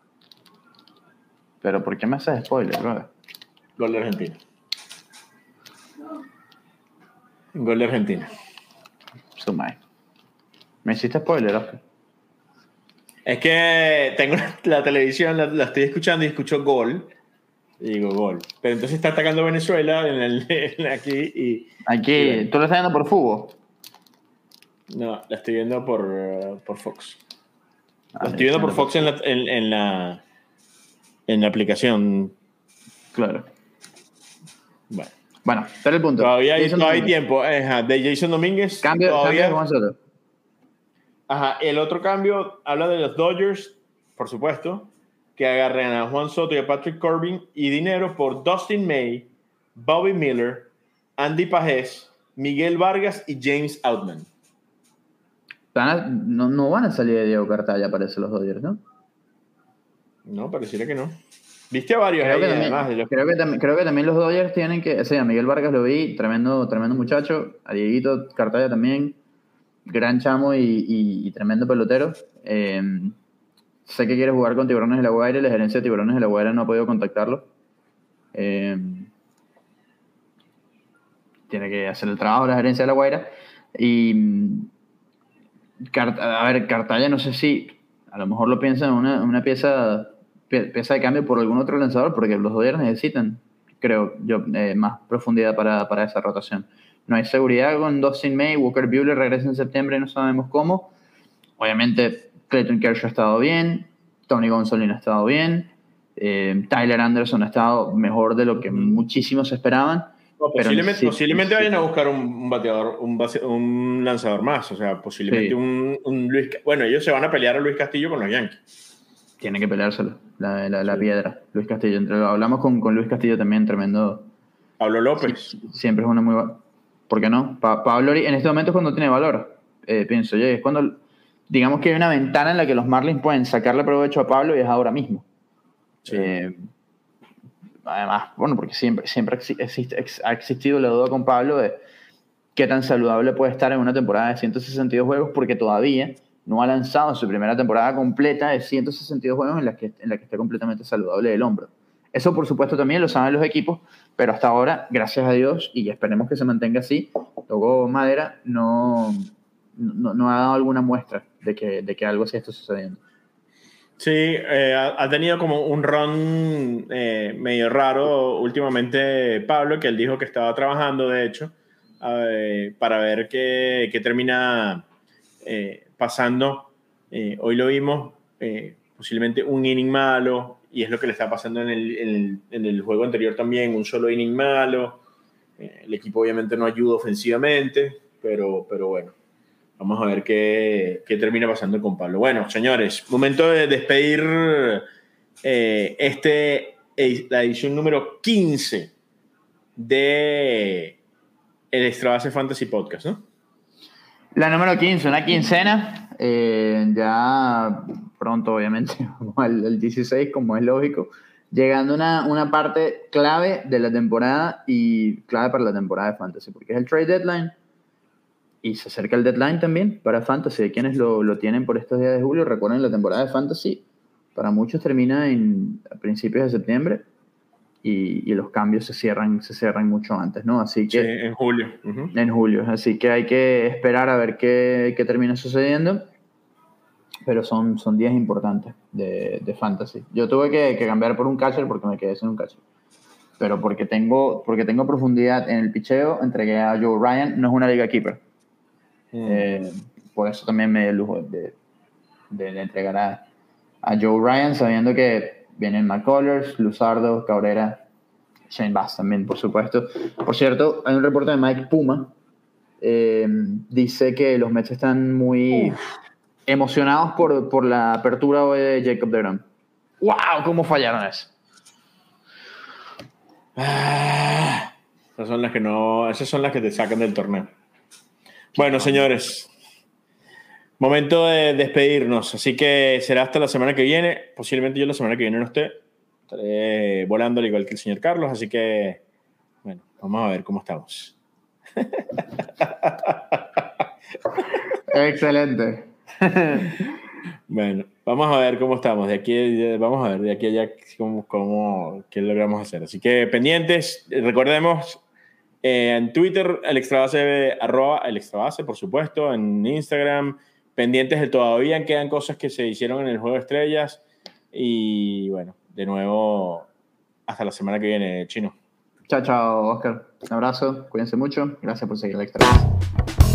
Pero ¿por qué me haces spoiler, bro? Gol de Argentina. Gol de Argentina. Sumay. ¿Me hiciste spoiler, Oscar? Es que tengo la televisión, la, la estoy escuchando y escucho gol. Y digo gol. Pero entonces está atacando Venezuela en el, en aquí y... Aquí, y bueno. ¿tú lo estás viendo por fútbol? No, la estoy viendo por, uh, por Fox. La ah, estoy viendo por Fox en la, en, en, la, en la aplicación. Claro. Bueno. Bueno, pero el punto. Todavía hay, todavía hay tiempo. Eh, de Jason Domínguez. Cambio, todavía, cambio con nosotros. Ajá, el otro cambio habla de los Dodgers, por supuesto, que agarren a Juan Soto y a Patrick Corbin y dinero por Dustin May, Bobby Miller, Andy Pajés, Miguel Vargas y James Outman. Van a- no, no van a salir de Diego Cartaya, parece, los Dodgers, ¿no? No, pareciera que no. Viste a varios Creo ahí, que, también, además. De los... creo, que tam- creo que también los Dodgers tienen que... O sea, a Miguel Vargas lo vi, tremendo, tremendo muchacho. A Dieguito Cartaya también, gran chamo y, y- y tremendo pelotero. Eh, sé que quiere jugar con Tiburones de La Guaira y la gerencia de Tiburones de La Guaira no ha podido contactarlo. Eh, tiene que hacer el trabajo de la gerencia de La Guaira. Y, mm, Cart- a ver, Cartaya no sé si a lo mejor lo piensan en una, una pieza, pie- pieza de cambio por algún otro lanzador, porque los Dodgers necesitan, creo yo, eh, más profundidad para, para esa rotación. No hay seguridad con Dustin May, Walker Buehler regresa en septiembre y no sabemos cómo. Obviamente, Clayton Kershaw ha estado bien, Tony Gonsolin ha estado bien, eh, Tyler Anderson ha estado mejor de lo que muchísimos esperaban. No, pero posiblemente necesi- posiblemente vayan a necesitan- buscar un, un bateador, un, base- un lanzador más. O sea, posiblemente Sí. un, un Luis. Ca- Bueno, ellos se van a pelear a Luis Castillo con los Yankees. Tiene que peleárselo, la, la, la Sí. piedra, Luis Castillo. Entre, hablamos con, con Luis Castillo también, tremendo. Pablo López. Sí, siempre es una muy... va- ¿Por qué no? Pa- Pablo en este momento es cuando tiene valor, eh, pienso yo. Es cuando, digamos que hay una ventana en la que los Marlins pueden sacarle provecho a Pablo y es ahora mismo. Sí. Eh, además, bueno, porque siempre, siempre exi- existe, ex- ha existido la duda con Pablo de qué tan saludable puede estar en una temporada de ciento sesenta y dos juegos, porque todavía no ha lanzado su primera temporada completa de ciento sesenta y dos juegos en la que, en la que esté completamente saludable del hombro. Eso, por supuesto, también lo saben los equipos, pero hasta ahora, gracias a Dios, y esperemos que se mantenga así, tocó madera, no, no, no ha dado alguna muestra de que, de que algo así está sucediendo. Sí, eh, ha, ha tenido como un run eh, medio raro últimamente Pablo, que él dijo que estaba trabajando, de hecho, eh, para ver qué, qué termina eh, pasando. Eh, hoy lo vimos, eh, posiblemente un inning malo, y es lo que le está pasando en el, en el, en el juego anterior también, un solo inning malo. Eh, el equipo obviamente no ayuda ofensivamente, pero, pero bueno. Vamos a ver qué, qué termina pasando con Pablo. Bueno, señores, momento de despedir eh, este, la edición número quince de el Extra Base Fantasy Podcast, ¿no? La número quince, una quincena. Eh, ya pronto, obviamente, vamos al, al dieciséis, como es lógico. Llegando a una, una parte clave de la temporada y clave para la temporada de Fantasy, porque es el trade deadline. Y se acerca el deadline también para Fantasy. Hay quienes lo, lo tienen por estos días de julio. Recuerden, la temporada de Fantasy para muchos termina en, a principios de septiembre y, y los cambios se cierran, se cierran mucho antes, ¿no? Así que, sí, en julio. Uh-huh. En julio. Así que hay que esperar a ver qué, qué termina sucediendo. Pero son, son días importantes de, de Fantasy. Yo tuve que, que cambiar por un catcher porque me quedé sin un catcher. Pero porque tengo, porque tengo profundidad en el picheo, entregué a Joe Ryan. No es una liga keeper. Eh, por eso también me dio el lujo de, de, de entregar a, a Joe Ryan, sabiendo que vienen McCullers, Luzardo, Cabrera, Shane Bass también, por supuesto. Por cierto, hay un reporte de Mike Puma. Eh, dice que los Mets están muy Uf. emocionados por, por la apertura hoy de Jacob deGrom. ¡Wow! ¿Cómo fallaron eso? Ah, esas son las que no, esas son las que te sacan del torneo. Bueno, señores, momento de despedirnos, así que será hasta la semana que viene. Posiblemente yo la semana que viene no esté, estaré volando al igual que el señor Carlos, así que, bueno, vamos a ver cómo estamos. Excelente. Bueno, vamos a ver cómo estamos. De aquí, vamos a ver de aquí a allá cómo, cómo, qué logramos hacer. Así que pendientes, recordemos. Eh, en Twitter, el extrabase, arroba el extrabase, por supuesto. En Instagram, pendientes de todavía quedan cosas que se hicieron en el Juego de Estrellas. Y bueno, de nuevo, hasta la semana que viene, Chino. Chao, chao, Oscar. Un abrazo, cuídense mucho. Gracias por seguir el extrabase.